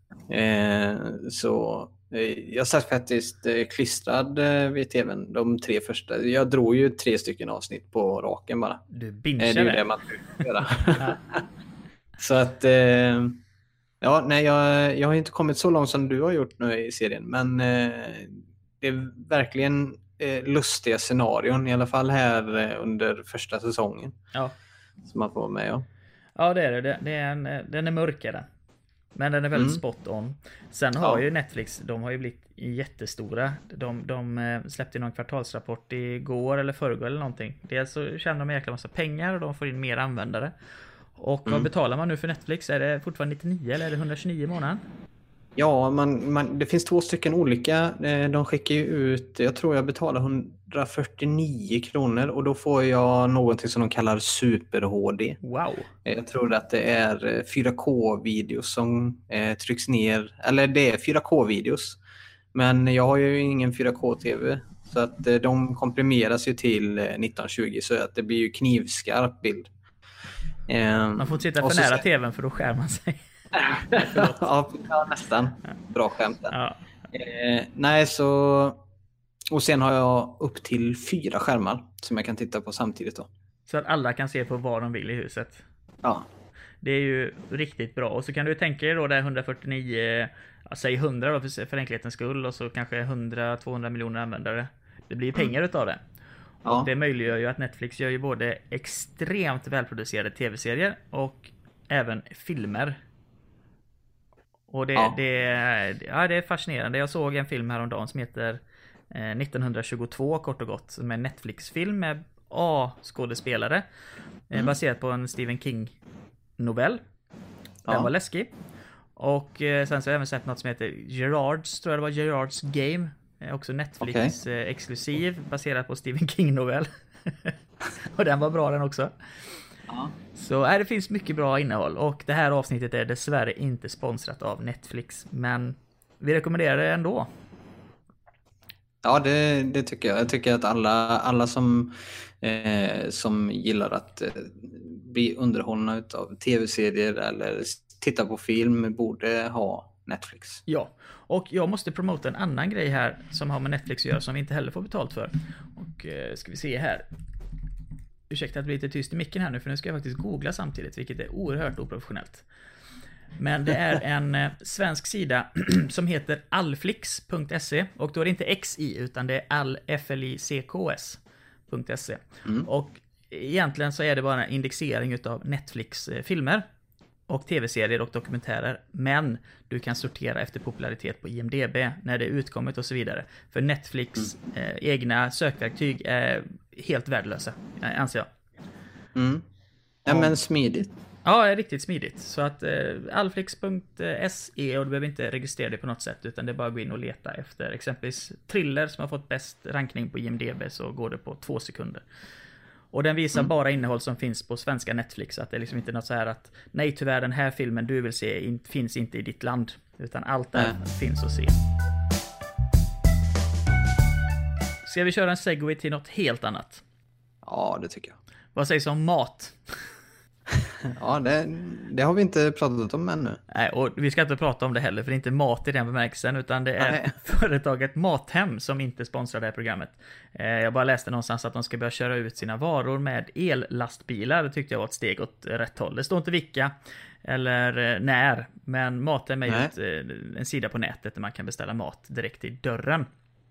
Så jag satt faktiskt klistrad vid tvn de 3 första. Jag drog ju 3 stycken avsnitt på raken bara. Du bingeade. Det är ju det man får göra. Så att jag har inte kommit så långt som du har gjort nu i serien, men det är verkligen lustiga scenarion, i alla fall här under första säsongen. Ja. Som man får med. Ja, det är det. Den är mörkare. Men den är väldigt spot on. Sen har ju Netflix, de har ju blivit jättestora. De släppte någon kvartalsrapport igår eller förrgår eller någonting. Dels så tjänar de en jäkla massa pengar och de får in mer användare. Och vad betalar man nu för Netflix? Är det fortfarande 99 eller är det 129 i månaden? Ja, det finns 2 stycken olika. De skickar ju ut, jag tror jag betalar 149 kronor och då får jag någonting som de kallar Super HD. Wow. Jag tror att det är 4K-videos som trycks ner, eller det är 4K-videos. Men jag har ju ingen 4K-tv så att de komprimeras ju till 1920 så att det blir ju knivskarp bild. Man får inte sitta för nära tvn för då skär man sig. Ja, nästan. Bra skämt där. Ja. Nej, så... Och sen har jag upp till 4 skärmar som jag kan titta på samtidigt då. Så att alla kan se på vad de vill i huset. Ja. Det är ju riktigt bra. Och så kan du tänka dig då det 149, säg 100 då för enkelhetens skull. Och så kanske 100-200 miljoner användare. Det blir pengar utav det. Ja. Och det möjliggör ju att Netflix gör ju både extremt välproducerade tv-serier och även filmer. Och det är fascinerande. Jag såg en film häromdagen som heter 1922 kort och gott. Som är en Netflix-film med A-skådespelare. Baserat på en Stephen King-novell. Den var läskig. Och sen så har jag även sett något som heter Gerards, tror jag det var, Gerards Game. Också Netflix exklusiv, baserat på Stephen King-novell. Och den var bra den också. Ja. Så det finns mycket bra innehåll. Och det här avsnittet är dessvärre inte sponsrat av Netflix. Men vi rekommenderar det ändå. Ja, det tycker jag. Jag tycker att alla som gillar att bli underhållna av tv-serier eller titta på film borde ha Netflix. Ja, och jag måste promota en annan grej här som har med Netflix att göra som vi inte heller får betalt för. Och ska vi se här. Ursäkta att vi är lite tyst i micken här nu, för nu ska jag faktiskt googla samtidigt, vilket är oerhört oprofessionellt. Men det är en svensk sida som heter allflix.se och då är det inte XI utan det är allflicks.se. Och egentligen så är det bara en indexering utav Netflix filmer och tv-serier och dokumentärer, men du kan sortera efter popularitet på IMDb när det är utkommit och så vidare. För Netflix egna sökverktyg är helt värdelösa, anser jag. Ja, men smidigt. Ja, det är riktigt smidigt. Så att allflix.se, och du behöver inte registrera det på något sätt, utan det är bara att gå in och leta efter exempelvis thriller som har fått bäst rankning på IMDb, så går det på 2 sekunder. Och den visar bara innehåll som finns på svenska Netflix. Att det är liksom inte något så här att nej, tyvärr den här filmen du vill se finns inte i ditt land. Utan allt där finns att se. Ska vi köra en segway till något helt annat? Ja, det tycker jag. Vad sägs om mat? Ja, det har vi inte pratat om ännu. Nej, och vi ska inte prata om det heller, för det är inte mat i den bemärkelsen, utan det är företaget Mathem som inte sponsrar det här programmet. Jag bara läste någonstans att de ska börja köra ut sina varor med ellastbilar. Det tyckte jag var ett steg åt rätt håll. Det står inte vilka eller när, men Mathem är ju en sida på nätet där man kan beställa mat direkt i dörren.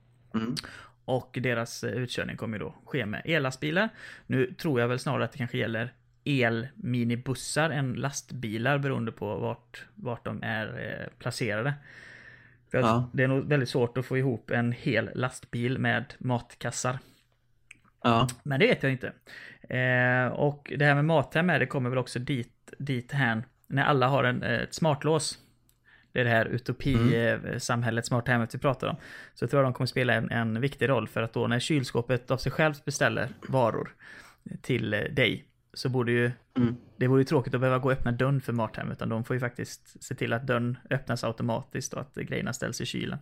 Och deras utkörning kommer ju då ske med ellastbilar. Nu tror jag väl snarare att det kanske gäller elminibussar än lastbilar, beroende på vart de är placerade. För det är nog väldigt svårt att få ihop en hel lastbil med matkassar. Ja. Men det vet jag inte. Och det här med Mathem, det kommer väl också dit här när alla har ett smartlås. Det är det här utopi-samhället, smart hemmet vi pratar om. Så tror jag de kommer spela en viktig roll, för att då när kylskåpet av sig själv beställer varor till dig, så borde ju det vore ju tråkigt att behöva gå och öppna dörren för Mathem, utan de får ju faktiskt se till att dörren öppnas automatiskt och att grejerna ställs i kylen.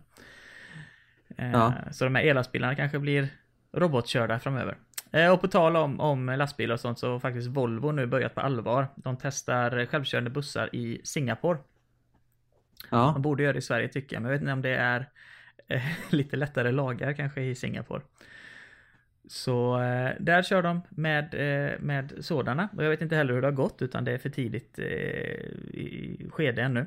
Så de här ellastbilarna kanske blir robotkörda framöver. Och på tal om lastbilar och sånt, så har faktiskt Volvo nu börjat på allvar. De testar självkörande bussar i Singapore. Man borde göra det i Sverige, tycker jag, men jag vet inte om det är lite lättare lagar kanske i Singapore. Så där kör de med sådana. Och jag vet inte heller hur det har gått, utan det är för tidigt i skede ännu.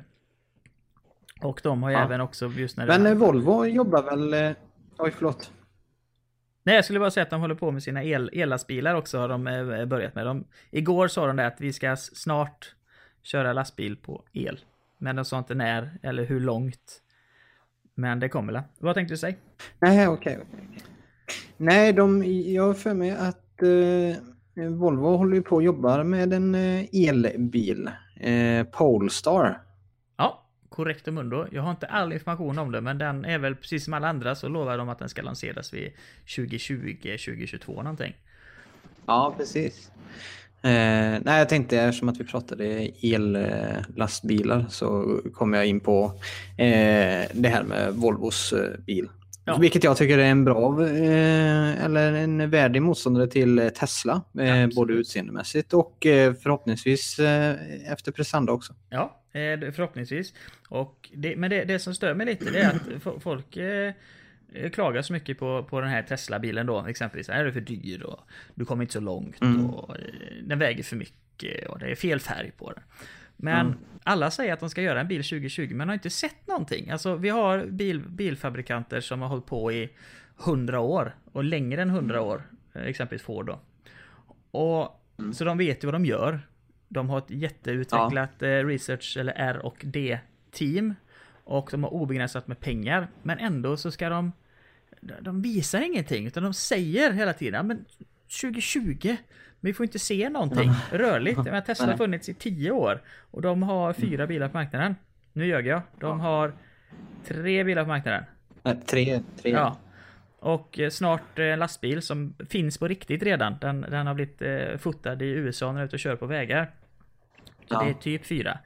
Och de har ju även också just när men Volvo jobbar väl... Oj, förlåt. Nej, jag skulle bara säga att de håller på med sina ellastbilar också, har de börjat med. Igår sa de det att vi ska snart köra lastbil på el. Men de sa inte när eller hur långt. Men det kommer. Vad tänkte du säga? Nej, okej. Nej, jag har för mig att Volvo håller på att jobba med en elbil. Polestar. Ja, Correcto Mundo. Jag har inte all information om det, men den är väl precis som alla andra, så lovar de att den ska lanseras vid 2020-2022 någonting. Ja, precis. Nej, jag tänkte, eftersom att vi pratade ellastbilar så kom jag in på det här med Volvos bil. Ja. Vilket jag tycker är en bra eller en värdig motståndare till Tesla, både utseendemässigt och förhoppningsvis efter prestanda också. Ja, förhoppningsvis. Men det som stör mig lite, det är att folk klagar så mycket på den här Tesla-bilen då, exempelvis. Är det för dyr och du kommer inte så långt och den väger för mycket och det är fel färg på den. Men alla säger att de ska göra en bil 2020, men har inte sett någonting. Alltså vi har bilfabrikanter som har hållit på i 100 år och längre än 100 år, exempelvis Ford då. Och så de vet ju vad de gör. De har ett jätteutvecklat research eller R&D-team och de har obegränsat med pengar, men ändå så ska de visar ingenting, utan de säger hela tiden, men 2020, men vi får inte se någonting rörligt. Men Tesla har funnits i 10 år och de har 4 bilar på marknaden. Nu ljög jag. De har 3 bilar på marknaden. 3. Ja. Och snart en lastbil som finns på riktigt redan. Den har blivit fotad i USA när den är ute och kör på vägar. Så det är typ 4.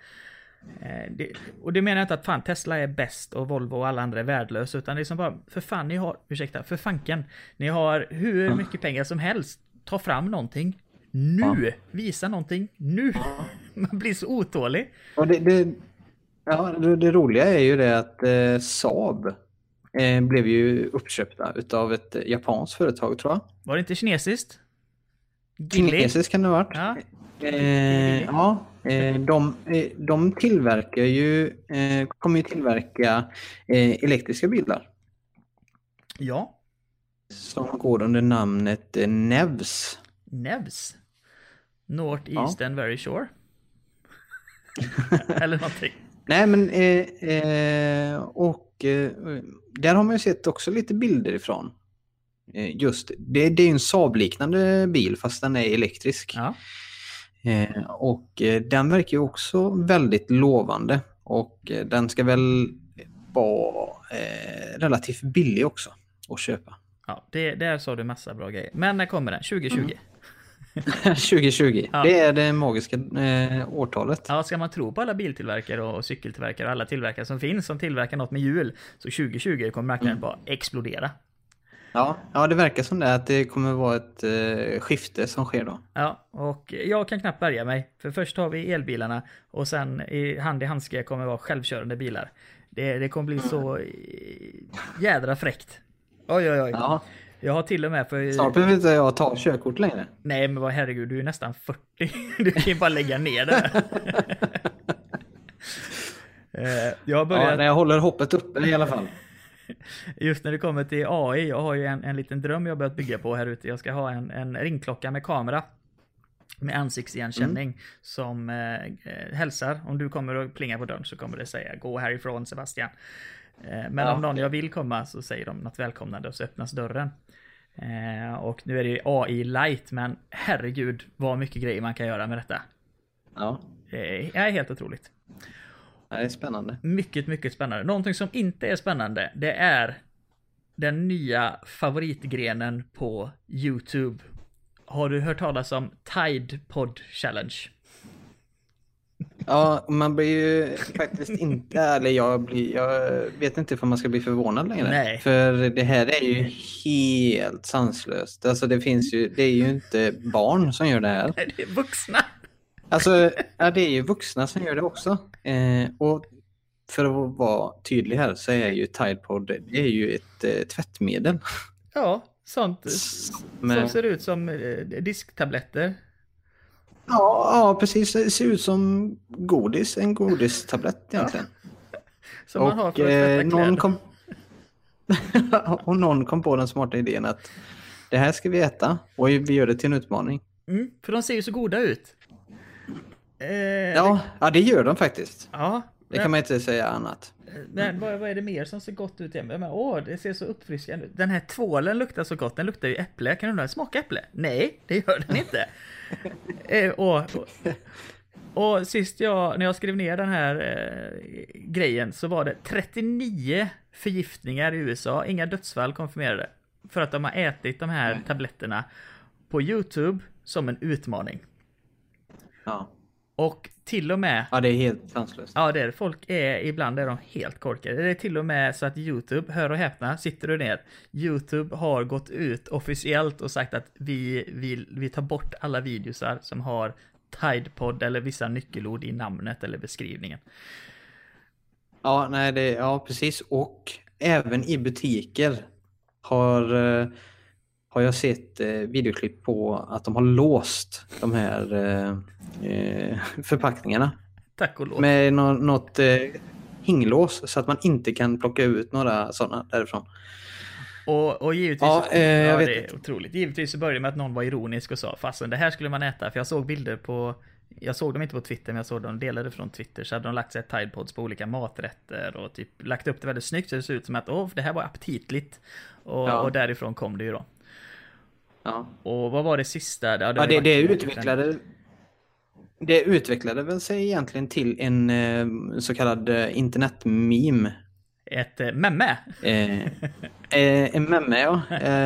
Och det menar jag inte att fan Tesla är bäst och Volvo och alla andra är värdelösa, utan det är som bara, för fan ni har, för fanken, ni har hur mycket pengar som helst, ta fram någonting nu, visa någonting nu. Man blir så otålig. Och det roliga är ju det att Saab blev ju uppköpta utav ett japanskt företag, tror jag. Var det inte kinesiskt? Kinesiskt kan det ha varit. Ja. De tillverkar ju kommer ju tillverka elektriska bilar. Ja. Som går under namnet NEVS. NEVS? Northeastern Very Shore? Eller någonting. Nej, men där har man ju sett också lite bilder ifrån. Just det är ju en Saab-liknande bil fast den är elektrisk. Ja. Och den verkar ju också väldigt lovande, och den ska väl vara relativt billig också att köpa. Ja, där sa du massa bra grejer. Men när kommer den? 2020? 2020, ja. Det är det magiska årtalet. Ja, ska man tro på alla biltillverkare och cykeltillverkare och alla tillverkare som finns som tillverkar något med hjul, så 2020 kommer marknaden bara explodera. Ja, det verkar som det, att det kommer vara ett skifte som sker då. Ja, och jag kan knappt bärga mig. För först har vi elbilarna och sen i handske kommer det vara självkörande bilar. Det kommer bli så jädra fräckt. Oj. Ja. Jag har till och med för... Snart behöver inte jag ta körkort längre. Nej, men vad herregud, du är nästan 40. Du kan ju bara lägga ner det. Jag håller hoppet uppe i alla fall. Just när det kommer till AI, jag har ju en liten dröm jag börjat bygga på här ute. Jag ska ha en ringklocka med kamera med ansiktsigenkänning som hälsar. Om du kommer och plingar på dörren så kommer det säga gå härifrån Sebastian. Men om någon jag vill komma så säger de något välkomnande och så öppnas dörren. Och nu är det ju AI light, men herregud vad mycket grejer man kan göra med detta. Ja. Det är helt otroligt. Det är spännande. Mycket, mycket spännande. Någonting som inte är spännande, det är den nya favoritgrenen på YouTube. Har du hört talas om Tide Pod Challenge? Ja, man blir ju faktiskt inte, eller jag vet inte om man ska bli förvånad längre. Nej. För det här är ju helt sanslöst. Alltså det är ju inte barn som gör det här. Nej, det är vuxna. Alltså, ja, det är ju vuxna som gör det också. Och för att vara tydlig här så är ju Tide Pod, det är ju ett tvättmedel. Ja, sånt som ser ut som disktabletter. Ja, precis. Det ser ut som en godistablett egentligen. Som man har för att tvätta kläder. Och någon kom på den smarta idén att det här ska vi äta och vi gör det till en utmaning. För de ser ju så goda ut. Ja, det gör de faktiskt. Ja, det kan man inte säga annat. Men vad är det mer som ser gott ut? Det ser så uppfriskande ut. Den här tvålen luktar så gott. Den luktar ju äpple. Kan du smaka äpple? Nej, det gör den inte. Och sist när jag skrev ner den här grejen så var det 39 förgiftningar i USA, inga dödsfall konfirmerade, för att de har ätit de här tabletterna på YouTube som en utmaning. Ja. Och till och med... Ja, det är helt sanslöst. Ja, det är folk ibland är de helt korkade. Det är till och med så att YouTube, hör och häpna, sitter du ner. YouTube har gått ut officiellt och sagt att vi tar bort alla videosar som har Tide Pod eller vissa nyckelord i namnet eller beskrivningen. Ja, nej, precis. Och även i butiker har jag sett videoklipp på att de har låst de här förpackningarna. Tack och lov. Med något hinglås så att man inte kan plocka ut några sådana därifrån. Och givetvis, jag vet det är inte. otroligt. Givetvis så började det med att någon var ironisk och sa, fastän det här skulle man äta. För jag såg bilder jag såg dem inte på Twitter, men jag såg dem delade från Twitter. Så hade de lagt sig Tide Pods på olika maträtter och typ lagt upp det väldigt snyggt. Så det ser ut som att det här var aptitligt. Och därifrån kom det ju då. Ja. Och vad var det sista? Det utvecklade väl sig egentligen till en så kallad internetmeme. Ett memme? En memme, ja.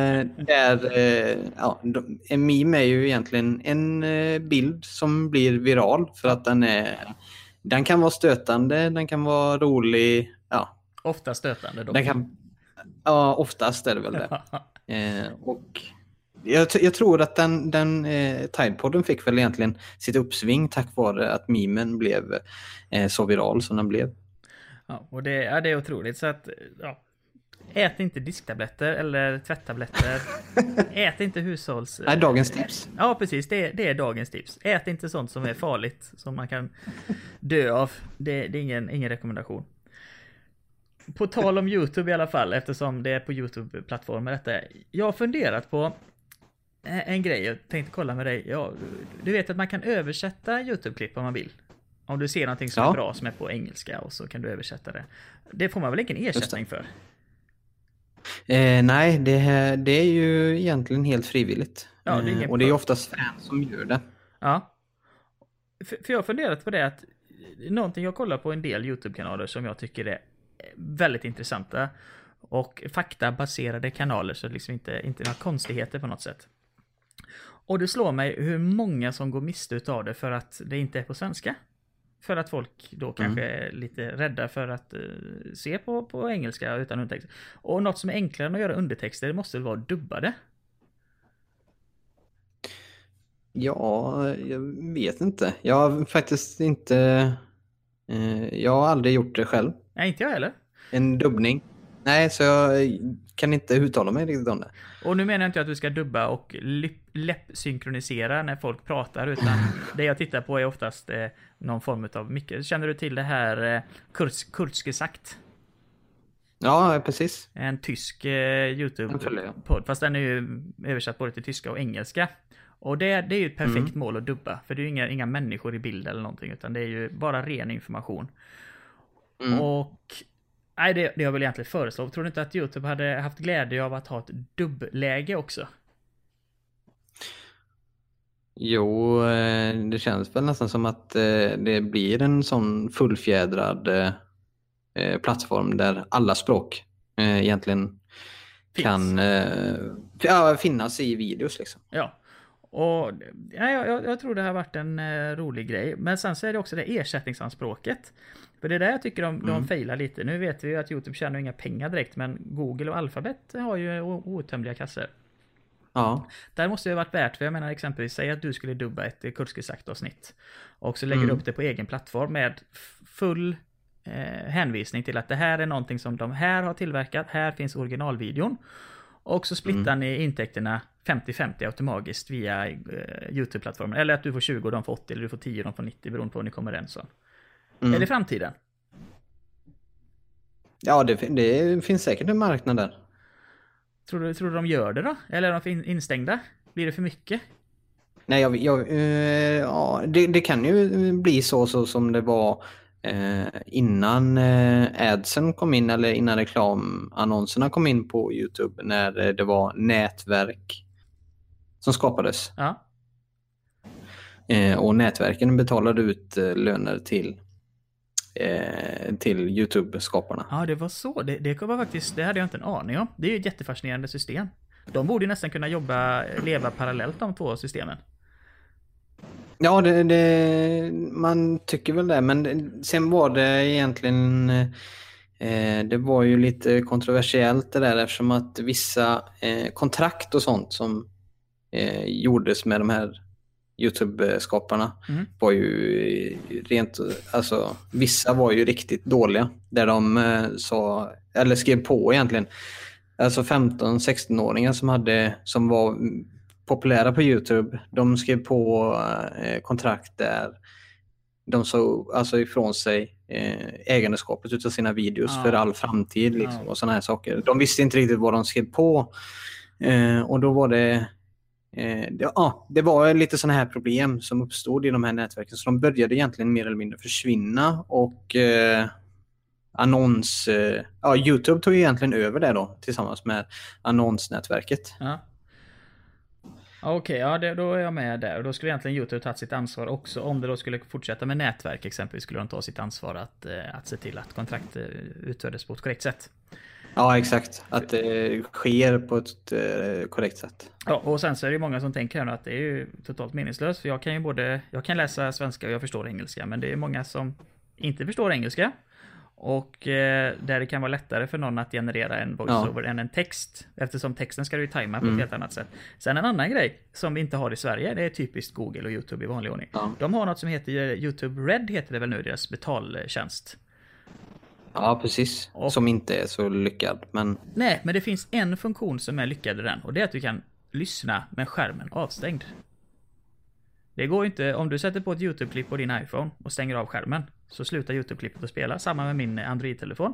En meme är ju egentligen en bild som blir viral för att den kan vara stötande, den kan vara rolig. Ja. Ofta stötande då. Oftast är det väl det. Och jag tror att den Tidepodden fick väl egentligen sitt uppsving tack vare att memen blev så viral som den blev. Ja, och det är otroligt. Så att, ät inte disktabletter eller tvättabletter. Ät inte hushålls... Nej, dagens tips. Ja, precis. Det är dagens tips. Ät inte sånt som är farligt, som man kan dö av. Det är ingen rekommendation. På tal om YouTube i alla fall, eftersom det är på YouTube-plattformen detta. Jag har funderat på en grej. Jag tänkte kolla med dig. Du vet att man kan översätta YouTube-klipp om man vill. Om du ser någonting som är bra som är på engelska och så kan du översätta det. Det får man väl ingen ersättning för? Nej, det är ju egentligen helt frivilligt. Ja, och det är oftast fans som gör det. Ja. För jag har funderat på det att någonting jag kollar på en del YouTube-kanaler som jag tycker är väldigt intressanta och faktabaserade kanaler, så liksom inte några konstigheter på något sätt. Och det slår mig hur många som går miste av det för att det inte är på svenska. För att folk då kanske är lite rädda för att se på engelska utan undertexter. Och något som är enklare än att göra undertexter, det måste väl vara dubbade? Ja, jag vet inte. Jag har faktiskt inte... jag har aldrig gjort det själv. Nej, inte jag heller. En dubbning. Nej, så jag kan inte uttala mig riktigt om det. Och nu menar jag inte att du ska dubba och läppsynkronisera när folk pratar, utan det jag tittar på är oftast någon form av mycket. Känner du till det här Kurzgesagt? Ja, precis. En tysk YouTube-podd, fast den är ju översatt både till tyska och engelska. Och det är ju ett perfekt mål att dubba, för det är ju inga människor i bild eller någonting, utan det är ju bara ren information. Och nej, det har jag väl egentligen föreslagit. Tror du inte att YouTube hade haft glädje av att ha ett dubbläge också? Jo, det känns väl nästan som att det blir en sån fullfjädrad plattform där alla språk egentligen kan finnas i videos liksom. Ja. Och jag tror det har varit en rolig grej. Men sen så är det också det ersättningsanspråket. För det är där jag tycker de failar lite. Nu vet vi ju att YouTube tjänar inga pengar direkt, men Google och Alphabet har ju outtömliga kassor. Ja. Där måste det ha varit värt, för jag menar exempelvis, säg att du skulle dubba ett Kurzgesagt avsnitt och så lägger du upp det på egen plattform med full hänvisning till att det här är någonting som de här har tillverkat, här finns originalvideon, och så splittar ni intäkterna 50-50 automatiskt via YouTube-plattformen, eller att du får 20 och de får 80, eller du får 10 och de får 90, beroende på hur ni kommer överens om. Är det framtiden? Ja, det finns säkert en marknad där. Tror du de gör det då? Eller är de instängda? Blir det för mycket? Nej, det kan ju bli så som det var innan adsen kom in, eller innan reklamannonserna kom in på YouTube, när det var nätverk som skapades. Ja. Och nätverken betalade ut löner till YouTube-skaparna. Ja, det var så. Det hade jag inte en aning om. Det är ju ett jättefascinerande system. De borde ju nästan kunna leva parallellt, de två systemen. Ja, man tycker väl det, men sen var det egentligen det var ju lite kontroversiellt det där, eftersom att vissa kontrakt och sånt som gjordes med de här YouTube-skaparna var ju alltså vissa var ju riktigt dåliga, där de sa, eller skrev på egentligen, alltså 15-16-åringar som var populära på YouTube, de skrev på kontrakt där de såg alltså ifrån sig ägandeskapet utav sina videos för all framtid liksom, och såna här saker. De visste inte riktigt vad de skrev på, och då var det var lite såna här problem som uppstod i de här nätverken, så de började egentligen mer eller mindre försvinna, och YouTube tog egentligen över det då tillsammans med annonsnätverket. Ja. Okej, då är jag med där. Och då skulle egentligen YouTube ta sitt ansvar också. Om det då skulle fortsätta med nätverk exempelvis, skulle de ta sitt ansvar att se till att kontrakt utfördes på ett korrekt sätt. Ja, exakt. Att det sker på ett korrekt sätt. Ja, och sen så är det många som tänker här att det är ju totalt meningslöst. För jag kan läsa svenska och jag förstår engelska. Men det är många som inte förstår engelska. Och där det kan vara lättare för någon att generera en voiceover än en text. Eftersom texten ska du ju tajma på ett helt annat sätt. Sen en annan grej som vi inte har i Sverige, det är typiskt Google och YouTube i vanlig ordning. De har något som heter YouTube Red, heter det väl nu, deras betaltjänst. Ja, precis. Som inte är så lyckad. Nej, men det finns en funktion som är lyckad i den. Och det är att du kan lyssna med skärmen avstängd. Det går inte, om du sätter på ett YouTube-klipp på din iPhone och stänger av skärmen, så slutar YouTube-klippet att spela. Samma med min Android-telefon.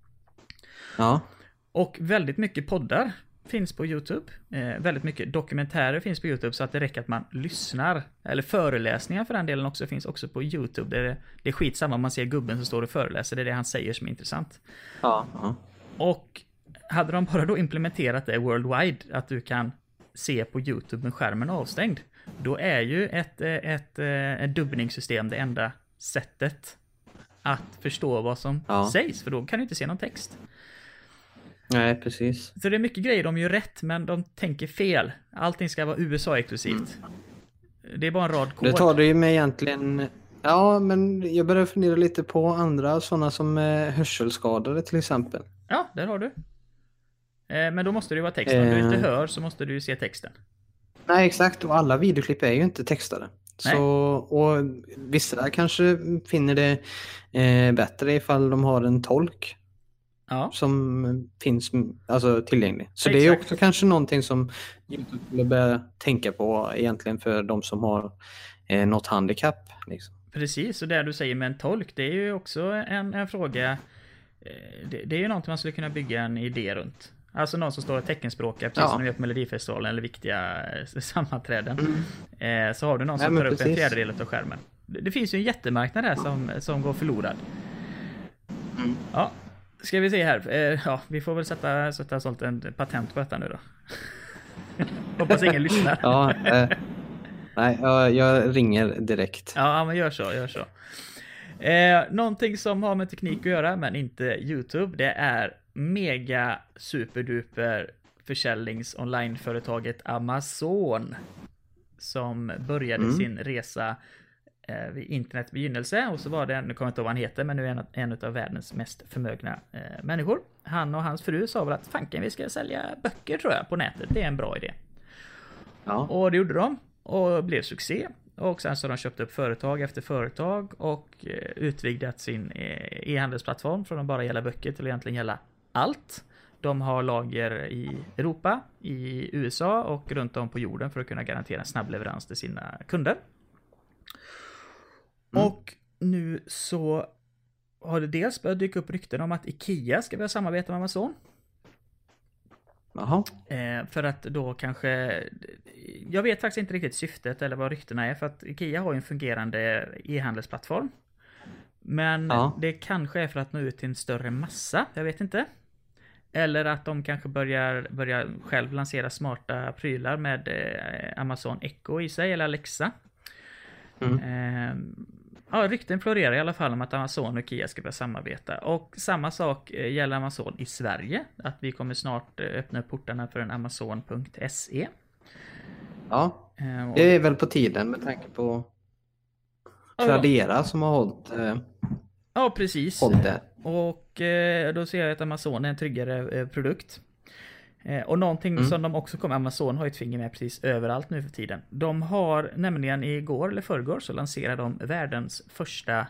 Ja. Och väldigt mycket poddar finns på YouTube. Väldigt mycket dokumentärer finns på YouTube, så att det räcker att man lyssnar. Eller föreläsningar för den delen också finns också på YouTube. Det är skitsamma om man ser gubben som står och föreläser. Det är det han säger som är intressant. Ja. Och hade de bara då implementerat det worldwide, att du kan se på YouTube med skärmen avstängd, då är ju ett dubbningssystem det enda sättet att förstå vad som sägs, för då kan du inte se någon text. Nej, precis. Så det är mycket grejer de gör rätt, men de tänker fel. Allting ska vara USA-exklusivt. Det är bara en rad kod. Det tar det ju med egentligen... Ja, men jag börjar fundera lite på andra sådana som hörselskadade till exempel. Ja, där har du. Men då måste det ju vara text. Om du inte hör så måste du ju se texten. Nej, exakt. Och alla videoklipp är ju inte textade. Så, och vissa kanske finner det bättre ifall de har en tolk som finns alltså tillgänglig. Så det är också kanske någonting som YouTube skulle börja tänka på egentligen för de som har något handikapp. Liksom. Precis, och det du säger med en tolk, det är ju också en fråga. Det är ju någonting man skulle kunna bygga en idé runt. Alltså någon som står och teckenspråkar, precis som vi gör på Melodifestivalen eller viktiga sammanträden. Så har du någon som tar upp en fjärdedel av skärmen. Det finns ju en jättemarknad här som går förlorad. Ja, ska vi se här. Vi får väl sätta sålt en patent på detta nu då. Hoppas ingen lyssnar. Nej, jag ringer direkt. Ja, men gör så. Någonting som har med teknik att göra, men inte YouTube, det är mega superduper försäljnings onlineföretaget Amazon, som började sin resa vid internets begynnelse, och så var det, nu kommer jag inte ihåg vad han heter, men nu är en av världens mest förmögna människor. Han och hans fru sa väl att fanken, vi ska sälja böcker tror jag på nätet, det är en bra idé. Och det gjorde de och blev succé. Och sen så har de köpt upp företag efter företag och utvidgat sin e-handelsplattform från att bara gälla böcker till att egentligen gälla allt. De har lager i Europa, i USA och runt om på jorden för att kunna garantera en snabb leverans till sina kunder. Och nu så har det dels börjat dyka upp rykten om att IKEA ska börja samarbeta med Amazon. För att då kanske, jag vet faktiskt inte riktigt syftet eller vad ryktena är, för att IKEA har ju en fungerande e-handelsplattform. Men det kanske är för att nå ut till en större massa, jag vet inte. Eller att de kanske börjar själv lansera smarta prylar med Amazon Echo i sig, eller Alexa. Rykten florerar i alla fall om att Amazon och Ikea ska börja samarbeta. Och samma sak gäller Amazon i Sverige. Att vi kommer snart öppna portarna för en Amazon.se. Ja, det är väl på tiden med tanke på Tradera som har hållit. Ja, precis. Hållit det. Och då ser jag att Amazon är en tryggare produkt. Och någonting som de också kommer, Amazon har ett finger med precis överallt nu för tiden. De har nämligen igår eller förrgår så lanserade de världens första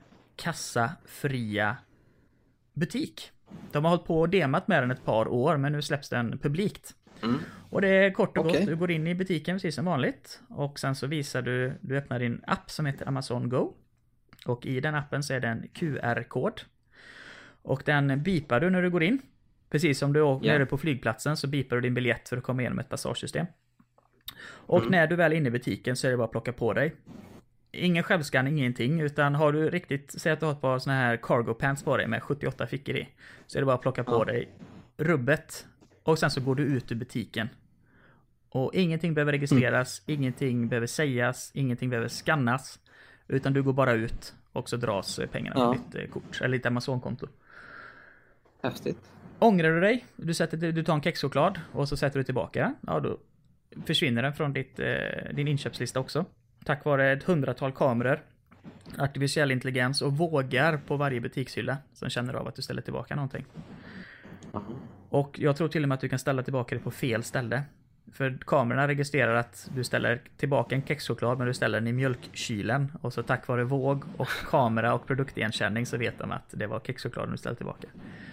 kassafria butik. De har hållit på och demat med den ett par år, men nu släpps den publikt. Och det är kort och gott, du går in i butiken precis som vanligt och sen så visar du öppnar din app som heter Amazon Go. Och i den appen så är det en QR-kod. Och den bipar du när du går in. Precis som du är på flygplatsen så bipar du din biljett för att komma igenom ett passagesystem. Och när du väl är inne i butiken så är det bara att plocka på dig. Ingen självskanning, ingenting. Utan har du riktigt, säg att du har ett par såna här cargo pants på dig med 78 fickor i. Så är det bara att plocka på dig rubbet. Och sen så går du ut ur butiken. Och ingenting behöver registreras, ingenting behöver sägas, ingenting behöver skannas. Utan du går bara ut och så dras pengarna på ditt kort eller ditt Amazon-konto. Häftigt. Ångrar du dig, du tar en kexchoklad och så sätter du tillbaka den. Ja, då försvinner den från din inköpslista också. Tack vare ett 100-tal kameror, artificiell intelligens och vågar på varje butikshylla som känner av att du ställer tillbaka någonting. Och jag tror till och med att du kan ställa tillbaka det på fel ställe. För kamerorna registrerar att du ställer tillbaka en kexchoklad men du ställer den i mjölkkylen. Och så tack vare våg och kamera och produktigenkänning så vet de att det var kexchokladen du ställde tillbaka.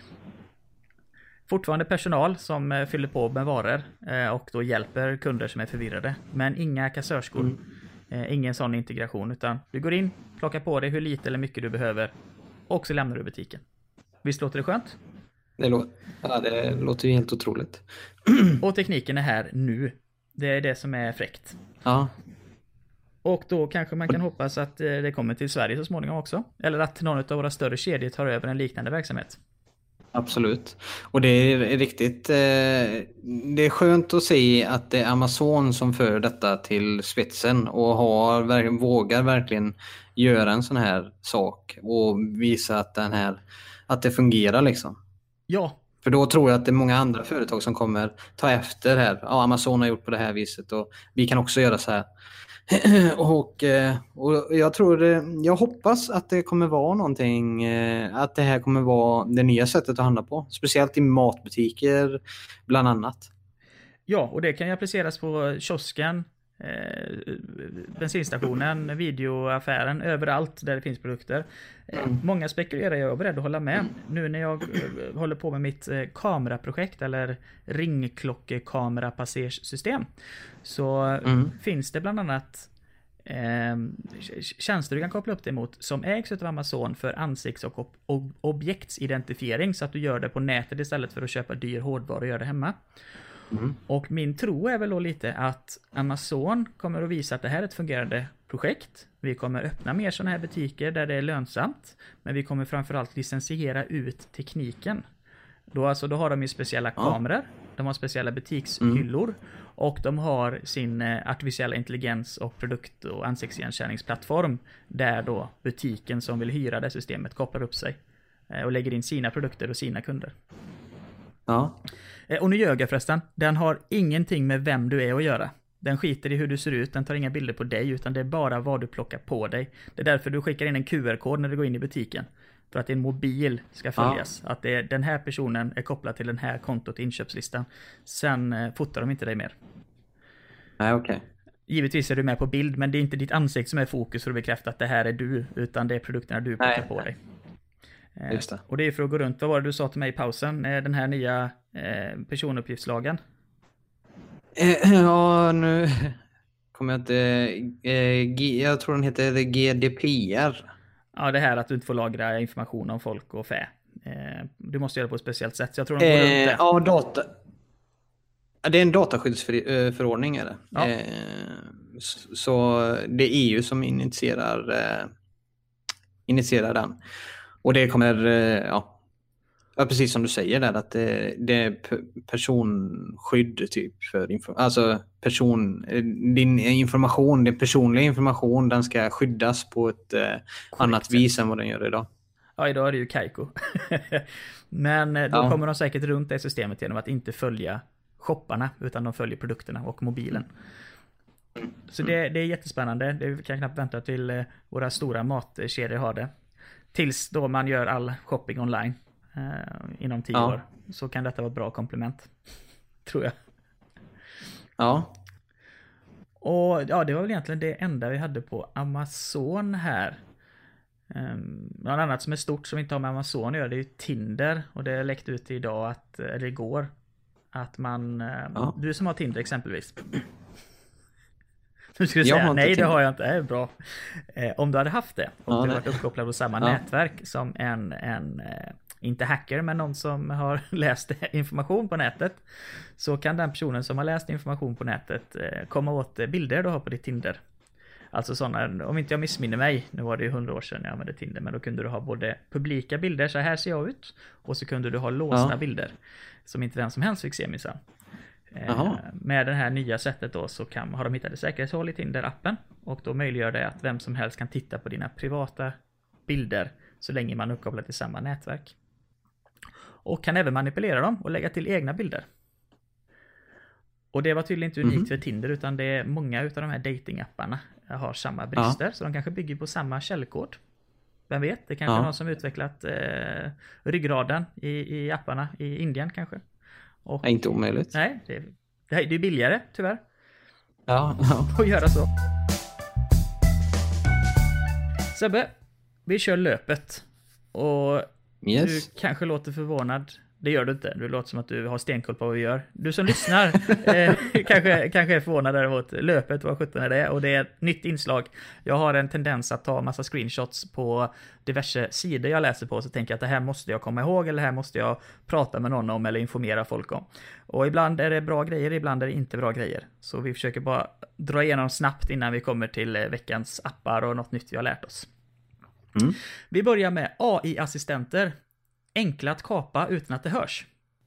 Fortfarande personal som fyller på med varor och då hjälper kunder som är förvirrade. Men inga kassörskor, ingen sån integration utan du går in, plockar på dig hur lite eller mycket du behöver och så lämnar du butiken. Visst låter det skönt? Det låter ju helt otroligt. Och tekniken är här nu. Det är det som är fräckt. Ja. Och då kanske man kan hoppas att det kommer till Sverige så småningom också. Eller att någon av våra större kedjor tar över en liknande verksamhet. Absolut. Och det är riktigt, det är skönt att se att det är Amazon som för detta till spetsen och vågar verkligen göra en sån här sak och visa att det fungerar liksom. Ja. För då tror jag att det är många andra företag som kommer ta efter här. Ja, Amazon har gjort på det här viset och vi kan också göra så här. och jag hoppas att det kommer vara någonting, att det här kommer vara det nya sättet att handla på. Speciellt i matbutiker bland annat. Ja, och det kan ju appliceras på kiosken, bensinstationen, videoaffären, överallt där det finfinns produkter. Många spekulerar, jag är beredd att hålla med. Nu när jag håller på med mitt kameraprojekt eller ringklockekamera-passagesystem så finns det bland annat tjänster du kan koppla upp det mot som ägs av Amazon för ansikts- och objektsidentifiering så att du gör det på nätet istället för att köpa dyr hårdvara och göra det hemma. Och min tro är väl då lite att Amazon kommer att visa att det här är ett fungerande projekt. Vi kommer öppna mer sådana här butiker där det är lönsamt. Men vi kommer framförallt licensiera ut tekniken. Då har de ju speciella kameror. De har speciella butikshyllor. Och de har sin artificiella intelligens och produkt- och ansiktsigenkänningsplattform. Där då butiken som vill hyra det systemet kopplar upp sig. Och lägger in sina produkter och sina kunder. Ja. Och nu ljög jag förresten. Den har ingenting med vem du är att göra. Den skiter i hur du ser ut. Den tar inga bilder på dig utan det är bara vad du plockar på dig. Det är därför du skickar in en QR-kod när du går in i butiken. För att din mobil ska följas. Att den här personen är kopplad till den här kontot i inköpslistan. Sen fotar de inte dig mer. Nej, okej. Givetvis är du med på bild men det är inte ditt ansikte som är fokus för att bekräfta att det här är du. Utan det är produkterna du plockar på dig. Just det. Och det är för att gå runt. Vad var det du sa till mig i pausen? Den här nya personuppgiftslagen. Ja, nu kommer jag inte... jag tror den heter GDPR. Ja, det här att du inte får lagra information om folk och fä. Du måste göra det på ett speciellt sätt. Så jag tror de går runt det. Ja, det är en dataskyddsförordning är det. Ja. Så det är EU som initierar den. Och det kommer, Ja, precis som du säger där, att det är personskydd typ för alltså din information, din personliga information, den ska skyddas på ett annat vis än vad den gör idag. Ja, idag är det ju Kaiko. Men då kommer de säkert runt det systemet genom att inte följa shopparna, utan de följer produkterna och mobilen. Så det är jättespännande. Det kan knappt vänta till våra stora matkedjor har det. Tills då man gör all shopping online inom 10 år. Så kan detta vara ett bra komplement. Tror jag. Ja. Och ja, det var väl egentligen det enda vi hade på Amazon här. Något annat som är stort som inte har med Amazon att göra, det är ju Tinder. Och det läckte ut idag, eller igår, att man... Du som har Tinder exempelvis. Nu skulle du säga, nej det har jag inte, det är bra. Om du hade haft det, och du varit uppkopplad på samma nätverk som en inte hacker, men någon som har läst information på nätet, så kan den personen som har läst information på nätet komma åt bilder du har på ditt Tinder. Alltså sådana, om inte jag missminner mig, nu var det ju 100 år sedan jag använde Tinder, men då kunde du ha både publika bilder, så här ser jag ut, och så kunde du ha låsta bilder som inte vem som helst fick se minsann. Med det här nya sättet då så har de hittat ett säkerhetshål i Tinder-appen, och då möjliggör det att vem som helst kan titta på dina privata bilder så länge man är uppkopplad till samma nätverk. Och kan även manipulera dem och lägga till egna bilder. Och det var tydligen inte unikt för Tinder, utan det är många utav de här datingapparna har samma brister, så de kanske bygger på samma källkod. Vem vet, det kanske är någon som utvecklat ryggraden i apparna i Indien kanske. Och, inte omöjligt. Nej, det är billigare tyvärr. Ja. Att göra så. Sebbe, vi kör löpet. Och du kanske låter förvånad. Det gör du inte. Du låter som att du har stenkoll på vad vi gör. Du som lyssnar kanske är förvånad däremot. Löpet, vad 17 är det? Och det är ett nytt inslag. Jag har en tendens att ta massa screenshots på diverse sidor jag läser på. Så tänker jag att det här måste jag komma ihåg. Eller det här måste jag prata med någon om eller informera folk om. Och ibland är det bra grejer, ibland är det inte bra grejer. Så vi försöker bara dra igenom snabbt innan vi kommer till veckans appar och något nytt vi har lärt oss. Vi börjar med AI-assistenter. Enkla att kapa utan att det hörs.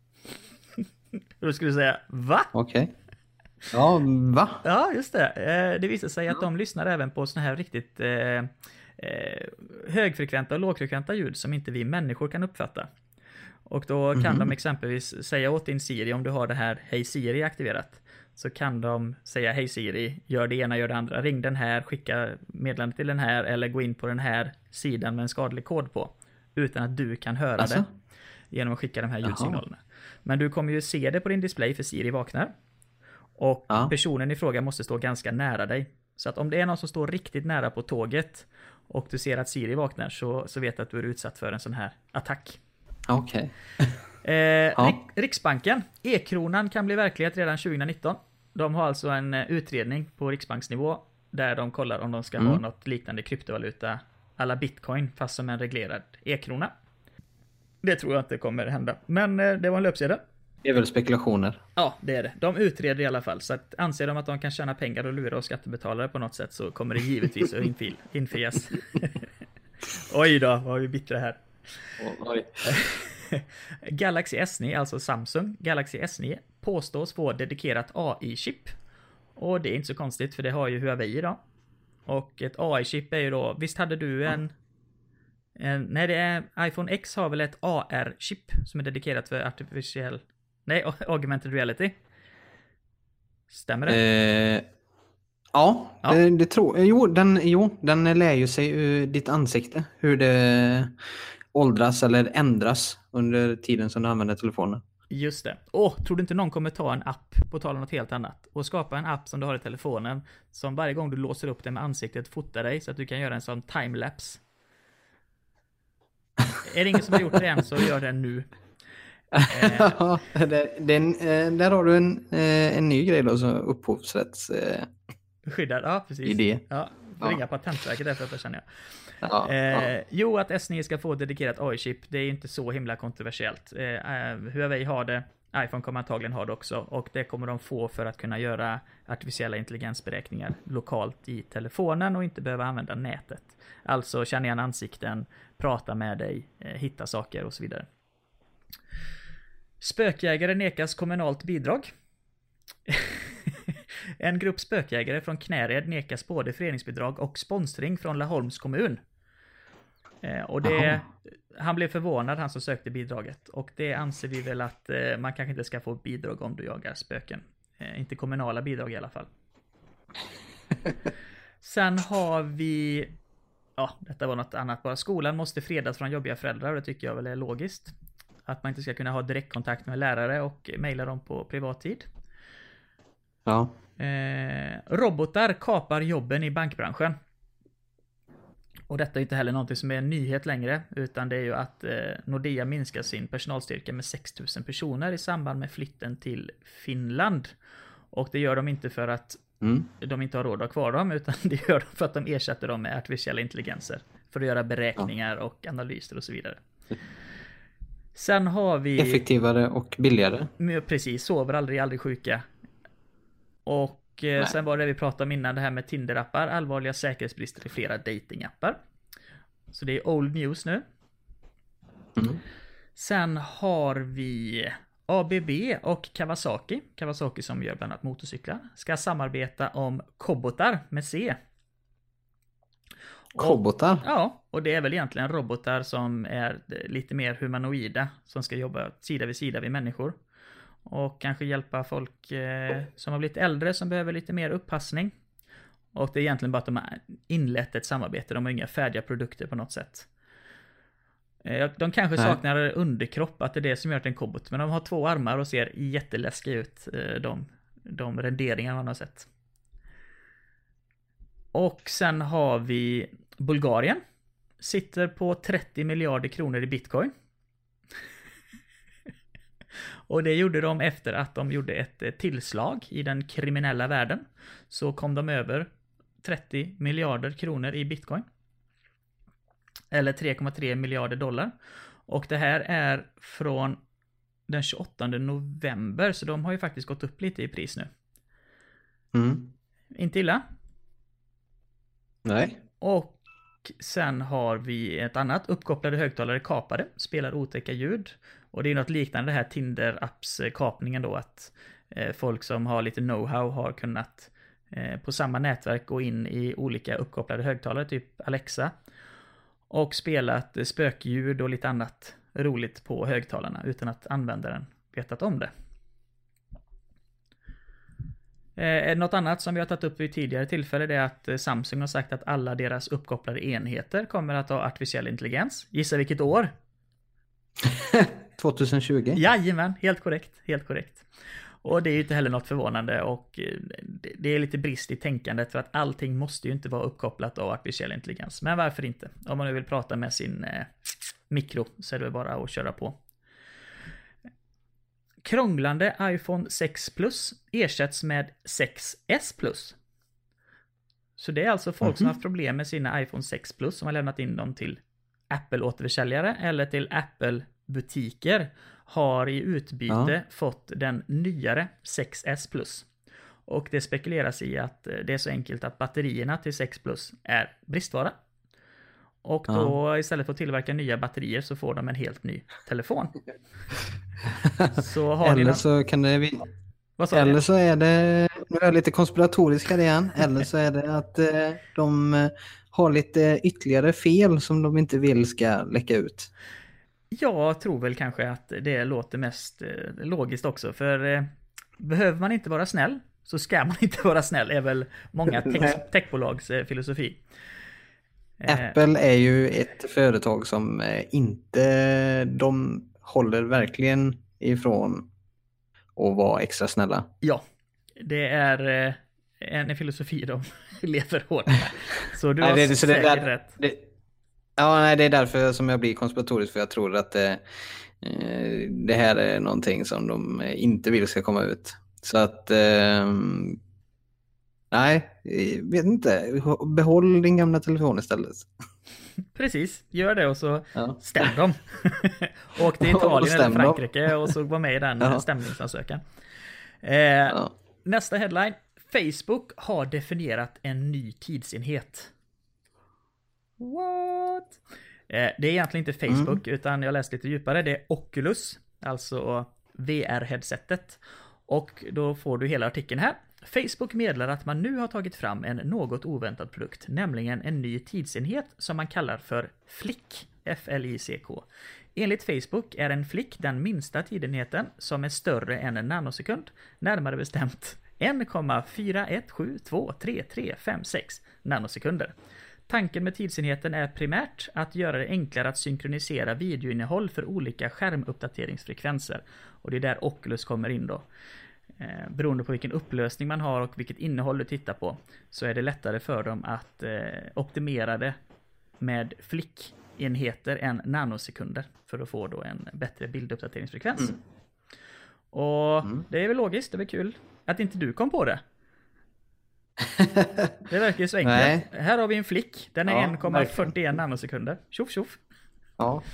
Då skulle du säga, va? Okej. Ja, va? Ja, just det. Det visar sig att de lyssnar även på såna här riktigt högfrekventa och lågfrekventa ljud som inte vi människor kan uppfatta. Och då kan de exempelvis säga åt din Siri, om du har det här Hej Siri aktiverat, så kan de säga Hej Siri, gör det ena, gör det andra. Ring den här, skicka meddelande till den här, eller gå in på den här sidan med en skadlig kod på. Utan att du kan höra det genom att skicka de här ljudsignalerna. Men du kommer ju se det på din display, för Siri vaknar. Och personen i fråga måste stå ganska nära dig. Så att om det är någon som står riktigt nära på tåget och du ser att Siri vaknar, så vet du att du är utsatt för en sån här attack. Okej. Riksbanken. E-kronan kan bli verklighet redan 2019. De har alltså en utredning på riksbanksnivå där de kollar om de ska ha något liknande kryptovaluta alla bitcoin, fast som en reglerad e-krona. Det tror jag inte kommer hända. Men det var en löpsedel. Det är väl spekulationer. Ja, det är det. De utreder i alla fall. Så att anser de att de kan tjäna pengar och lura oss skattebetalare på något sätt, så kommer det givetvis att infrias. Oj då, vad har vi bittra här. Oj. Galaxy S9, alltså Samsung Galaxy S9, påstås få dedikerat AI-chip. Och det är inte så konstigt, för det har ju Huawei idag. Och ett AI-chip är ju då, visst hade du nej, det är iPhone X har väl ett AR-chip som är dedikerat för augmented reality. Stämmer det? Ja. Det tror jag. Den lär ju sig ur ditt ansikte hur det åldras eller ändras under tiden som du använder telefonen. Just det. Tror du inte någon kommer ta en app, på tal om något helt annat, och skapa en app som du har i telefonen, som varje gång du låser upp den med ansiktet fotar dig så att du kan göra en sån timelapse? Är det ingen som har gjort det än, så gör det nu. Där har du en ny grej då, som upphovsrätts skyddad, ja precis. Idé. Ja, ringa Patentverket därför, att känner jag. Jo, att S9 ska få dedikerat AI-chip, det är inte så himla kontroversiellt. Huawei har det, iPhone kommer antagligen ha det också, och det kommer de få för att kunna göra artificiella intelligensberäkningar lokalt i telefonen och inte behöva använda nätet. Alltså känna igen ansikten, prata med dig, hitta saker och så vidare. Spökjägare nekas kommunalt bidrag. En grupp spökjägare från Knäred nekas både föreningsbidrag och sponsring från Laholms kommun. Och han blev förvånad, han som sökte bidraget. Och det anser vi väl att man kanske inte ska få bidrag om du jagar spöken. Inte kommunala bidrag i alla fall. Sen har vi... Ja, detta var något annat bara. Skolan måste fredas från jobbiga föräldrar, och det tycker jag väl är logiskt. Att man inte ska kunna ha direktkontakt med lärare och mejla dem på privattid. Ja. Robotar kapar jobben i bankbranschen. Och detta är inte heller någonting som är en nyhet längre, utan det är ju att Nordea minskar sin personalstyrka med 6 000 personer i samband med flytten till Finland. Och det gör de inte för att de inte har råd att ha kvar dem, utan det gör de för att de ersätter dem med artificiella intelligenser för att göra beräkningar och analyser och så vidare. Sen har vi... Effektivare och billigare. Precis, sover aldrig sjuka. Och sen var det vi pratade om innan, det här med Tinder-appar, allvarliga säkerhetsbrister i flera datingappar. Så det är old news nu. Sen har vi ABB och Kawasaki som gör bland annat motorcyklar, ska samarbeta om kobotar med C. Kobotar? Ja, och det är väl egentligen robotar som är lite mer humanoida, som ska jobba sida vid sida vid människor. Och kanske hjälpa folk som har blivit äldre, som behöver lite mer uppassning. Och det är egentligen bara att de har inlett ett samarbete, de har inga färdiga produkter på något sätt. De kanske saknar underkropp, att det är det som gör en kobot. Men de har 2 armar och ser jätteläskiga ut, de renderingar man har sett. Och sen har vi Bulgarien. Sitter på 30 miljarder kronor i bitcoin. Och det gjorde de efter att de gjorde ett tillslag i den kriminella världen. Så kom de över 30 miljarder kronor i bitcoin. Eller 3,3 miljarder dollar. Och det här är från den 28 november. Så de har ju faktiskt gått upp lite i pris nu. Inte illa. Nej. Och sen har vi ett annat, uppkopplade högtalare kapade, spelar otäcka ljud. Och det är något liknande det här Tinder-apps-kapningen då, att folk som har lite know-how har kunnat på samma nätverk gå in i olika uppkopplade högtalare, typ Alexa, och spelat spökljud och lite annat roligt på högtalarna utan att användaren vetat om det. Något annat som vi har tagit upp vid tidigare tillfälle, det är att Samsung har sagt att alla deras uppkopplade enheter kommer att ha artificiell intelligens. Gissa vilket år? 2020? Jajamän, helt korrekt. Och det är ju inte heller något förvånande, och det är lite brist i tänkandet, för att allting måste ju inte vara uppkopplat av artificiell intelligens. Men varför inte? Om man nu vill prata med sin mikro, så är det bara att köra på. Krånglande iPhone 6 Plus ersätts med 6S Plus. Så det är alltså folk som har haft problem med sina iPhone 6 Plus, som har lämnat in dem till Apple-återförsäljare eller till Apple-butiker, har i utbyte fått den nyare 6S Plus. Och det spekuleras i att det är så enkelt att batterierna till 6 Plus är bristvara. Och då istället för att tillverka nya batterier så får de en helt ny telefon. Så har eller så kan det... Eller så är det... Nu är jag lite konspiratorisk här igen. Eller så är det att de har lite ytterligare fel som de inte vill ska läcka ut. Jag tror väl kanske att det låter mest logiskt också. För behöver man inte vara snäll så ska man inte vara snäll, är väl många techbolags filosofi. Apple är ju ett företag som inte... De håller verkligen ifrån att vara extra snälla. Ja, det är en filosofi de lever hårt med. Så du har säkert rätt. Det är därför som jag blir konspiratorisk, för jag tror att det här är någonting som de inte vill ska komma ut. Så att nej, vet inte. Behåll din gamla telefon istället. Precis, gör det och så stäm dem. Åk till Italien eller Frankrike och så var med i den stämningsansökan. Nästa headline. Facebook har definierat en ny tidsenhet. What? Det är egentligen inte Facebook utan jag läste lite djupare. Det är Oculus alltså VR-headsetet. Och då får du hela artikeln här. Facebook meddelar att man nu har tagit fram en något oväntad produkt, nämligen en ny tidsenhet som man kallar för Flick, F-L-I-C-K. Enligt Facebook är en Flick den minsta tidenheten som är större än en nanosekund, närmare bestämt 1,41723356 nanosekunder. Tanken med tidsenheten är primärt att göra det enklare att synkronisera videoinnehåll för olika skärmuppdateringsfrekvenser. Och det är där Oculus kommer in då. Beroende på vilken upplösning man har och vilket innehåll du tittar på, så är det lättare för dem att optimera det med flickenheter än nanosekunder för att få då en bättre bilduppdateringsfrekvens. Och det är väl logiskt, det är väl kul att inte du kom på det. Det verkar ju så enkelt. Nej. Här har vi en flick, den är 1,41 nanosekunder. Tjoff tjoff. Ja.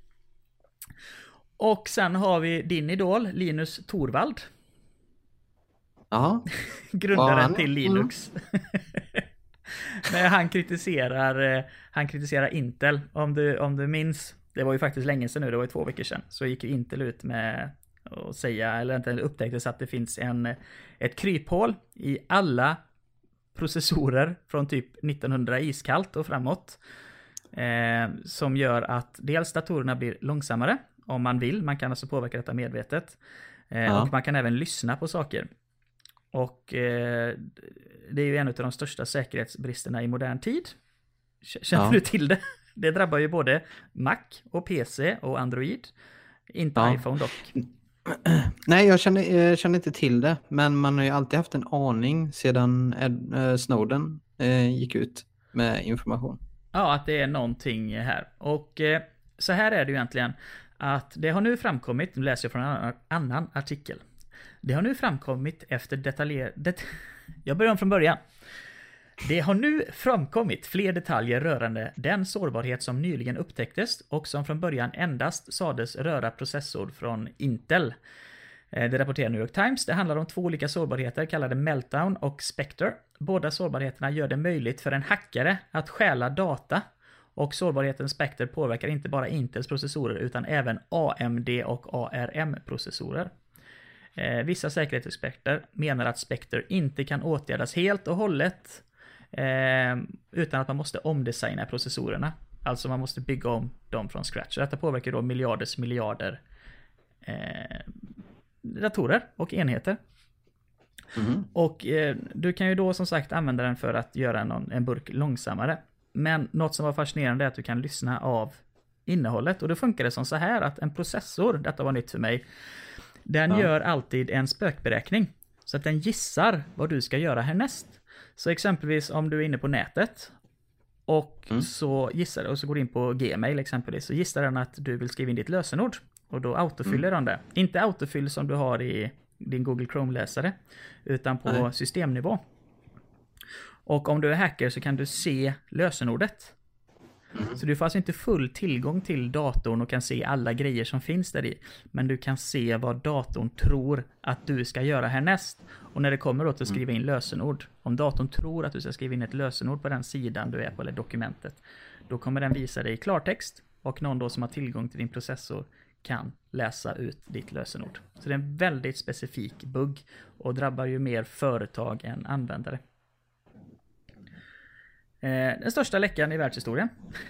Och sen har vi din idol Linus Torvald. Ja. Grundaren till Linux. Men han kritiserar Intel. Om du minns, det var ju faktiskt länge sedan nu, det var ju 2 veckor sedan, så gick ju Intel ut med att säga, eller inte upptäcktes att det finns ett kryphål i alla processorer från typ 1900 iskallt och framåt, som gör att dels datorerna blir långsammare om man vill, man kan alltså påverka detta medvetet, och man kan även lyssna på saker. Och det är ju en av de största säkerhetsbristerna i modern tid. Känner du till det? Det drabbar ju både Mac och PC och Android. Inte iPhone dock. Nej, jag känner inte till det. Men man har ju alltid haft en aning sedan Snowden gick ut med information. Ja, att det är någonting här. Och så här är det ju egentligen. Att det har nu framkommit, nu läser jag från en annan artikel. Det har nu framkommit efter jag börjar om från början. Det har nu framkommit fler detaljer rörande den sårbarhet som nyligen upptäcktes och som från början endast sades röra processor från Intel. Det rapporterar New York Times. Det handlar om 2 olika sårbarheter kallade Meltdown och Spectre. Båda sårbarheterna gör det möjligt för en hackare att stjäla data, och sårbarheten Spectre påverkar inte bara Intels processorer utan även AMD och ARM-processorer. Vissa säkerhetsexperter menar att Spectre inte kan åtgärdas helt och hållet utan att man måste omdesigna processorerna. Alltså man måste bygga om dem från scratch. Så detta påverkar då miljarder datorer och enheter. Och du kan ju då som sagt använda den för att göra en burk långsammare. Men något som var fascinerande är att du kan lyssna av innehållet. Och då funkar det som så här att en processor, detta var nytt för mig, den gör alltid en spökberäkning. Så att den gissar vad du ska göra härnäst. Så exempelvis om du är inne på nätet och så gissar och så går in på Gmail exempelvis, så gissar den att du vill skriva in ditt lösenord. Och då autofyller den det. Inte autofyll som du har i din Google Chrome-läsare, utan på systemnivå. Och om du är hacker så kan du se lösenordet. Så du får alltså inte full tillgång till datorn och kan se alla grejer som finns där i. Men du kan se vad datorn tror att du ska göra härnäst. Och när det kommer då till att skriva in lösenord, om datorn tror att du ska skriva in ett lösenord på den sidan du är på, eller dokumentet, då kommer den visa dig i klartext. Och någon då som har tillgång till din processor kan läsa ut ditt lösenord. Så det är en väldigt specifik bugg och drabbar ju mer företag än användare. Den största läckan i världshistorien.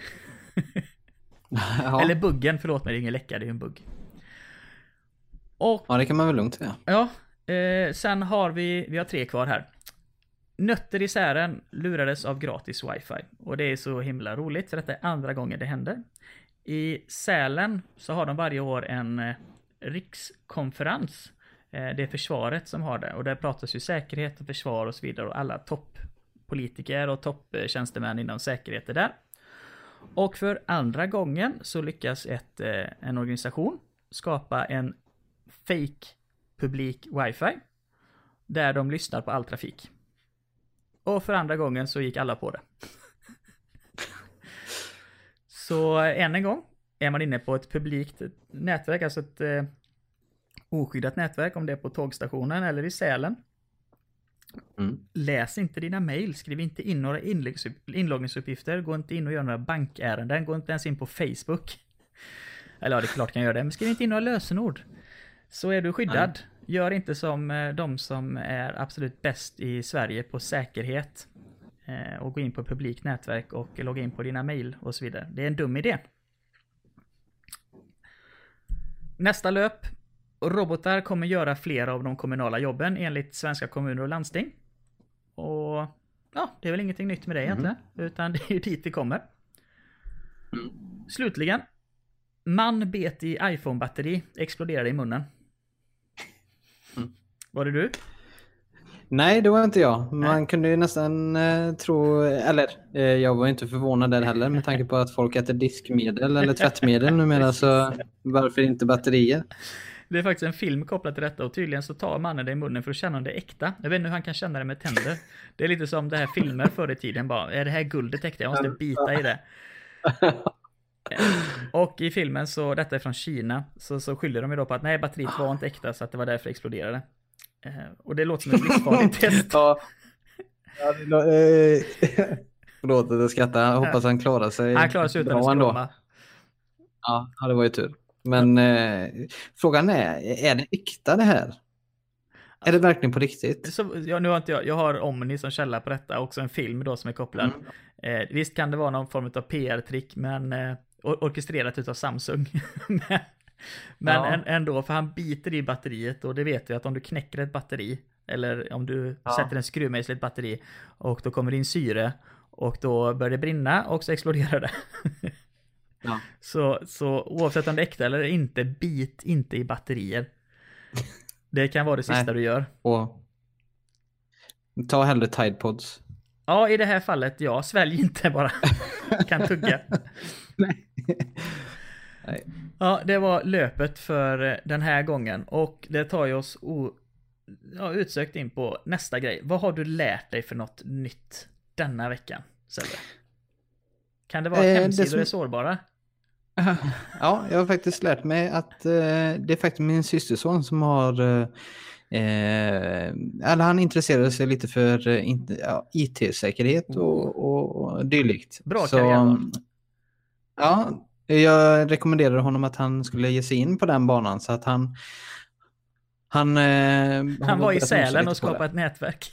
Eller buggen, förlåt mig, det är ingen läcka, det är en bugg. Och, ja, det kan man väl lugnt säga. Ja, sen har vi har 3 kvar här. Nötter i Sären lurades av gratis wifi. Och det är så himla roligt, för detta är andra gången det händer. I Sälen så har de varje år en rikskonferens. Det är försvaret som har det. Och där pratas ju säkerhet och försvar och så vidare. Och alla toppolitiker och topptjänstemän inom säkerheter där. Och för andra gången så lyckas en organisation skapa en fake publik wifi. Där de lyssnar på all trafik. Och för andra gången så gick alla på det. Så än en gång är man inne på ett publikt nätverk, alltså ett oskyddat nätverk, om det är på tågstationen eller i Sälen. Läs inte dina mejl, skriv inte in några inloggningsuppgifter, gå inte in och gör några bankärenden, gå inte ens in på Facebook. Eller ja, det är klart kan göra det. Men skriv inte in några lösenord. Så är du skyddad. Gör inte som de som är absolut bäst i Sverige på säkerhet. Och gå in på publikt nätverk och logga in på dina mejl och så vidare. Det är en dum idé. Nästa löp. Robotar kommer göra flera av de kommunala jobben enligt svenska kommuner och landsting. Och ja, det är väl ingenting nytt med det egentligen. Utan det är ju dit vi kommer. Slutligen. Man bet i iPhone-batteri, exploderade i munnen. Var det du? Nej, det var inte jag. Man kunde ju nästan tro, eller jag var inte förvånad där heller med tanke på att folk äter diskmedel eller tvättmedel numera, så varför inte batterier? Det är faktiskt en film kopplad till detta och tydligen så tar mannen det i munnen för att känna om det är äkta. Jag vet inte hur han kan känna det med tänder. Det är lite som det här filmer förr i tiden bara, är det här guldet äkta? Jag måste bita i det. Och i filmen så, detta är från Kina, så skyller de ju då på att nej, batteriet var inte äkta så att det var därför det exploderade. Och det låter som ett livsfarligt test. Förlåt att jag skrattar, jag hoppas han klarar sig. Han klarar sig utan en skråma. Ja, det var ju tur. Men frågan är det äkta det här? Är det verkligen på riktigt? Så, nu har inte jag har Omni som källa på detta, också en film då som är kopplad. Visst kan det vara någon form av PR-trick, men orkestrerat utav Samsung. Men ändå, för han biter i batteriet och det vet vi att om du knäcker ett batteri eller om du sätter en skruvmejsel i ett batteri och då kommer det in syre och då börjar det brinna och så exploderar det. Så oavsett om det är äkta eller inte, bit inte i batterier. Det kan vara det sista du gör. Och ta hellre Tide Pods. Ja, i det här fallet, svälj inte bara. Kan tugga. Nej. Ja, det var löpet för den här gången. Och det tar ju oss utsökt in på nästa grej. Vad har du lärt dig för något nytt denna veckan, Selve? Kan det vara att hemsidor är sårbara? Ja, jag har faktiskt lärt mig att det är faktiskt min systerson som har eller han intresserade sig lite för IT-säkerhet och dylikt. Bra karriär. Ja, jag rekommenderade honom att han skulle ge sig in på den banan så att han var i Sälen och skapade ett nätverk.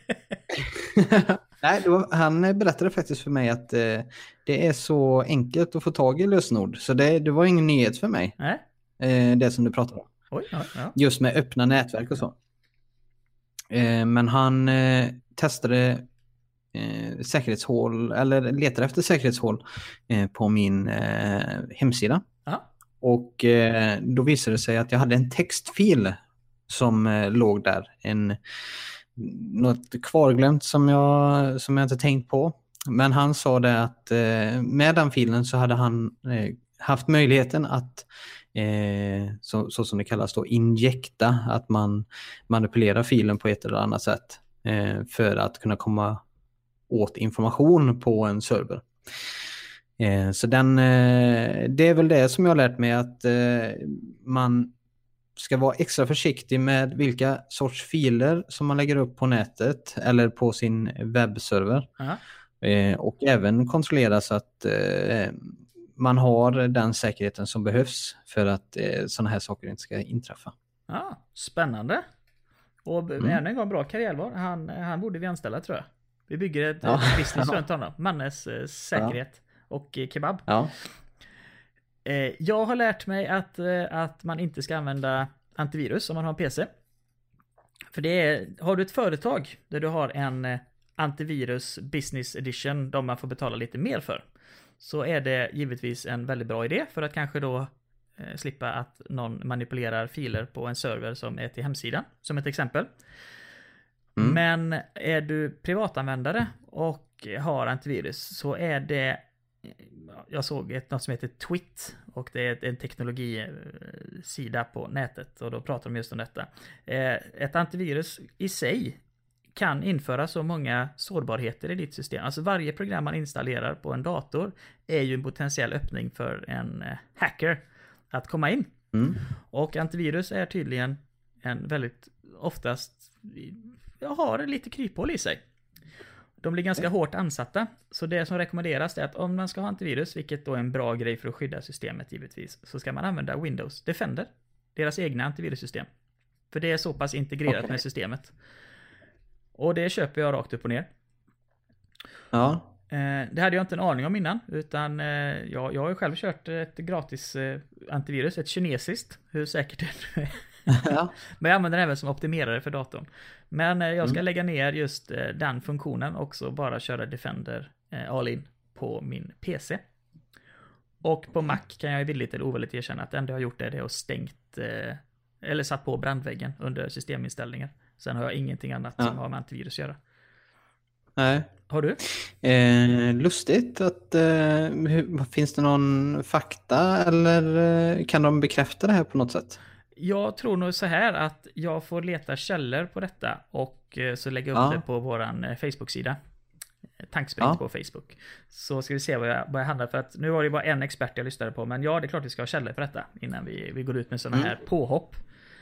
Nej, han berättade faktiskt för mig att det är så enkelt att få tag i lösenord. Så det var ingen nyhet för mig. Det som du pratade om. Just med öppna nätverk och så. Men han testade säkerhetshål eller letade efter säkerhetshål på min hemsida. Och då visade det sig att jag hade en textfil som låg där. Något kvarglömt som jag inte tänkt på. Men han sa det att med den filen så hade han haft möjligheten att så som det kallas då injekta, att man manipulerar filen på ett eller annat sätt för att kunna komma åt information på en server. Så det är väl det som jag har lärt mig, att man ska vara extra försiktig med vilka sorts filer som man lägger upp på nätet eller på sin webbserver. Och även kontrollera så att man har den säkerheten som behövs för att sådana här saker inte ska inträffa. Spännande. Och ännu en gång bra karriärval. Han borde vi anställa, tror jag. Vi bygger ett business runt honom. Mannes säkerhet och kebab. Jag har lärt mig att man inte ska använda antivirus om man har en PC. För har du ett företag där du har en antivirus business edition, de man får betala lite mer för, så är det givetvis en väldigt bra idé för att kanske då slippa att någon manipulerar filer på en server som är till hemsidan, som ett exempel. Men är du privatanvändare och har antivirus så är det, jag såg något som heter Twit och det är en teknologisida på nätet och då pratar de just om detta. Ett antivirus i sig kan införa så många sårbarheter i ditt system. Alltså varje program man installerar på en dator är ju en potentiell öppning för en hacker att komma in. Och antivirus är tydligen en väldigt oftast har lite kryphål i sig. de blir ganska hårt ansatta. Så det som rekommenderas är att om man ska ha antivirus, vilket då är en bra grej för att skydda systemet givetvis, så ska man använda Windows Defender, deras egna antivirussystem. För det är så pass integrerat med systemet. Och det köper jag rakt upp och ner. Ja. Det hade jag inte en aning om innan, utan jag har ju själv kört ett gratis antivirus, ett kinesiskt, hur säkert det är. Ja. Men jag använder det även som optimerare för datorn. Men jag ska lägga ner just den funktionen och så bara köra Defender all in på min PC. Och på Mac kan jag villigt eller ovilligt erkänna att det enda jag har gjort är det och stängt eller satt på brandväggen under systeminställningar. Sen har jag ingenting annat som har med antivirus att göra. Nej. Har du? Lustigt att finns det någon fakta eller kan de bekräfta det här på något sätt? Jag tror nog så här att jag får leta källor på detta och så lägga upp det på våran Facebook-sida. Tankspritt på Facebook. Så ska vi se vad jag handlar, för att nu var det bara en expert jag lyssnade på, men ja, det är klart vi ska ha källor för detta innan vi går ut med sådana här påhopp.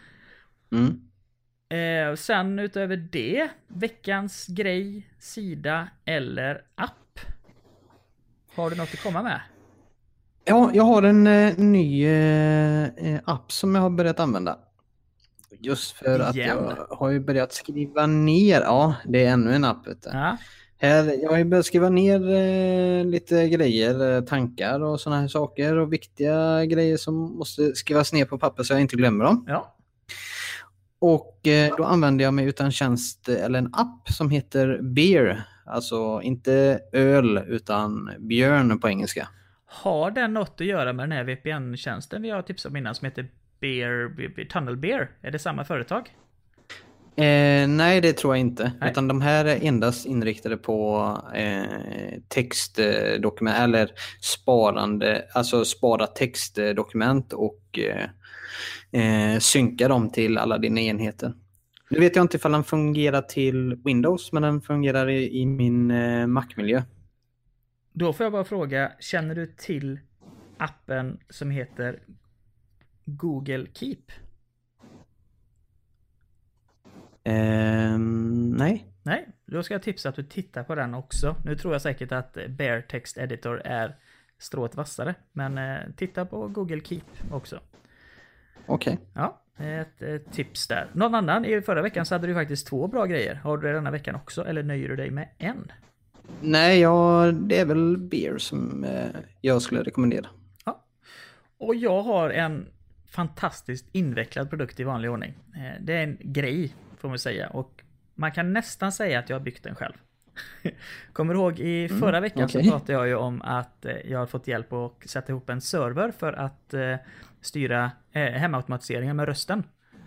Sen utöver det, veckans grej, sida eller app. Har du något att komma med? Ja, jag har en ny app som jag har börjat använda. Just för att jag har ju börjat skriva ner. Ja, det är ännu en app. Ja. Jag har ju börjat skriva ner lite grejer, tankar och såna här saker. Och viktiga grejer som måste skrivas ner på papper så jag inte glömmer dem. Ja. Och då använder jag mig utan tjänst eller en app som heter Beer. Alltså inte öl utan björn på engelska. Har den något att göra med den här VPN-tjänsten vi har tipsat om innan som heter Tunnel Bear? Är det samma företag? Nej, det tror jag inte. Nej. Utan de här är endast inriktade på textdokument eller spara textdokument och synka dem till alla dina enheter. Nu vet jag inte ifall den fungerar till Windows, men den fungerar i min Mac-miljö. Då får jag bara fråga, känner du till appen som heter Google Keep? Nej. Nej, då ska jag tipsa att du tittar på den också. Nu tror jag säkert att Bear Text Editor är strået vassare, men titta på Google Keep också. Okej. Ja, ett tips där. Någon annan, i förra veckan så hade du faktiskt 2 bra grejer. Har du det denna veckan också, eller nöjer du dig med en? Nej, det är väl Beer som jag skulle rekommendera. Ja, och jag har en fantastiskt invecklad produkt i vanlig ordning. Det är en grej, får man säga, och man kan nästan säga att jag har byggt den själv. Kommer du ihåg i förra veckan så pratade jag ju om att jag har fått hjälp att sätta ihop en server för att styra hemautomatiseringen med rösten.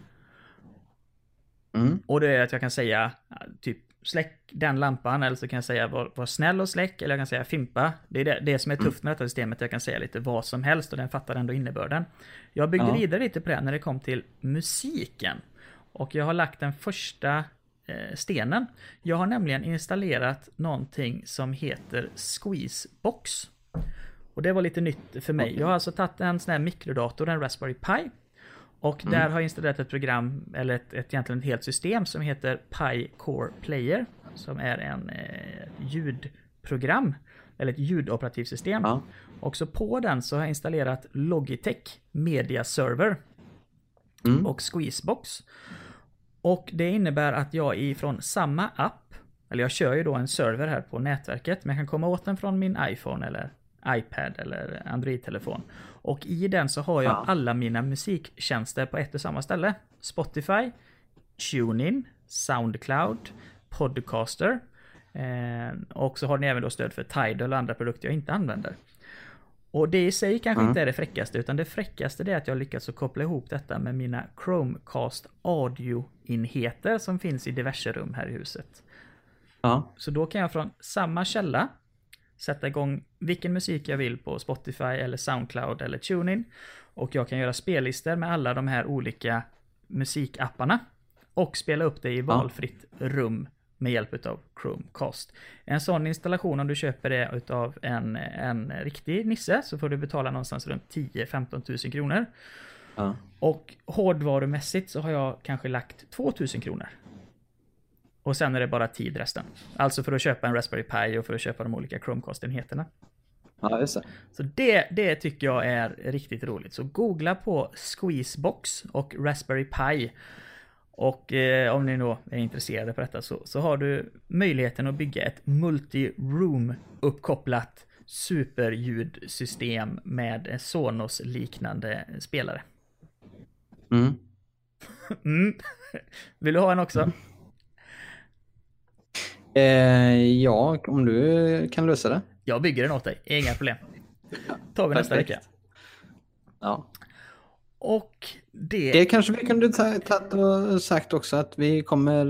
Och det är att jag kan säga typ släck den lampan, eller så kan jag säga var snäll och släck, eller jag kan säga fimpa. Det är det som är tufft med detta systemet. Jag kan säga lite vad som helst och den fattar ändå innebörden. Jag byggde vidare lite på det när det kom till musiken. Och jag har lagt den första stenen. Jag har nämligen installerat någonting som heter Squeezebox. Och det var lite nytt för mig. Jag har alltså tagit en sån här mikrodator, en Raspberry Pi. Och där har jag installerat ett program, eller egentligen ett helt system som heter Pi Core Player. Som är en ljudprogram, eller ett ljudoperativsystem. Och så på den så har jag installerat Logitech Media Server och Squeezebox. Och det innebär att jag ifrån samma app, eller jag kör ju då en server här på nätverket, men jag kan komma åt den från min iPhone eller iPad eller Android-telefon. Och i den så har jag alla mina musiktjänster på ett och samma ställe. Spotify, TuneIn, Soundcloud, Podcaster. Och så har den även då stöd för Tidal och andra produkter jag inte använder. Och det i sig kanske inte är det fräckaste, utan det fräckaste är att jag lyckats att koppla ihop detta med mina Chromecast audioenheter som finns i diverse rum här i huset. Så då kan jag från samma källa sätta igång vilken musik jag vill på Spotify eller Soundcloud eller TuneIn. Och jag kan göra spellistor med alla de här olika musikapparna och spela upp det i valfritt rum med hjälp av Chromecast. En sån installation, om du köper det utav en riktig nisse, så får du betala någonstans runt 10-15 000 kronor. Och hårdvarumässigt så har jag kanske lagt 2 000 kronor. Och sen är det bara tid resten. Alltså för att köpa en Raspberry Pi och för att köpa de olika Chromecast-enheterna. Ja, just det. Så det tycker jag är riktigt roligt. Så googla på Squeezebox och Raspberry Pi. Och om ni då är intresserade på detta så har du möjligheten att bygga ett multi-room uppkopplat superljudsystem med en Sonos-liknande spelare. Vill du ha en också? Ja, om du kan lösa det. Jag bygger den åt dig, inga problem. Tar vi nästa vecka. Ja. Och det kanske vi kunde tagit och sagt också att vi kommer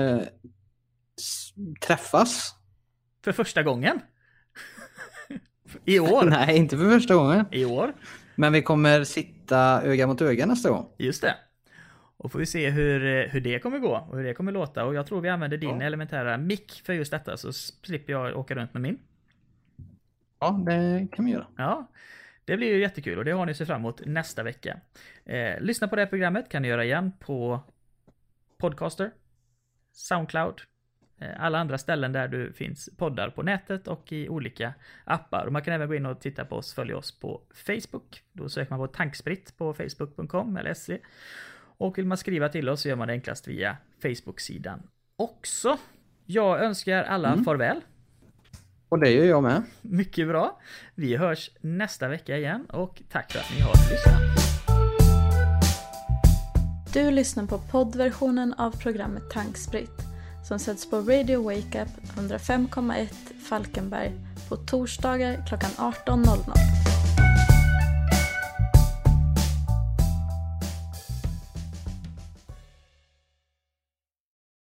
träffas. För första gången. I år. Nej, inte för första gången. I år. Men vi kommer sitta öga mot öga nästa gång. Just det. Och får vi se hur det kommer gå och hur det kommer låta. Och jag tror vi använder din elementära mick för just detta, så slipper jag åka runt med min. Ja, det kan vi göra. Ja, det blir ju jättekul och det har ni sig fram emot nästa vecka. Lyssna på det här programmet kan ni göra igen på Podcaster, Soundcloud, alla andra ställen där du finns poddar på nätet och i olika appar. Och man kan även gå in och titta på oss, följa oss på Facebook. Då söker man på Tankspritt på facebook.com eller se. Och vill man skriva till oss så gör man det enklast via Facebook-sidan också. Jag önskar alla farväl. Och det gör jag med. Mycket bra. Vi hörs nästa vecka igen och tack för att ni har lyssnat. Du lyssnar på poddversionen av programmet Tankspritt som sätts på Radio Wake Up 105,1 Falkenberg på torsdagar klockan 18.00.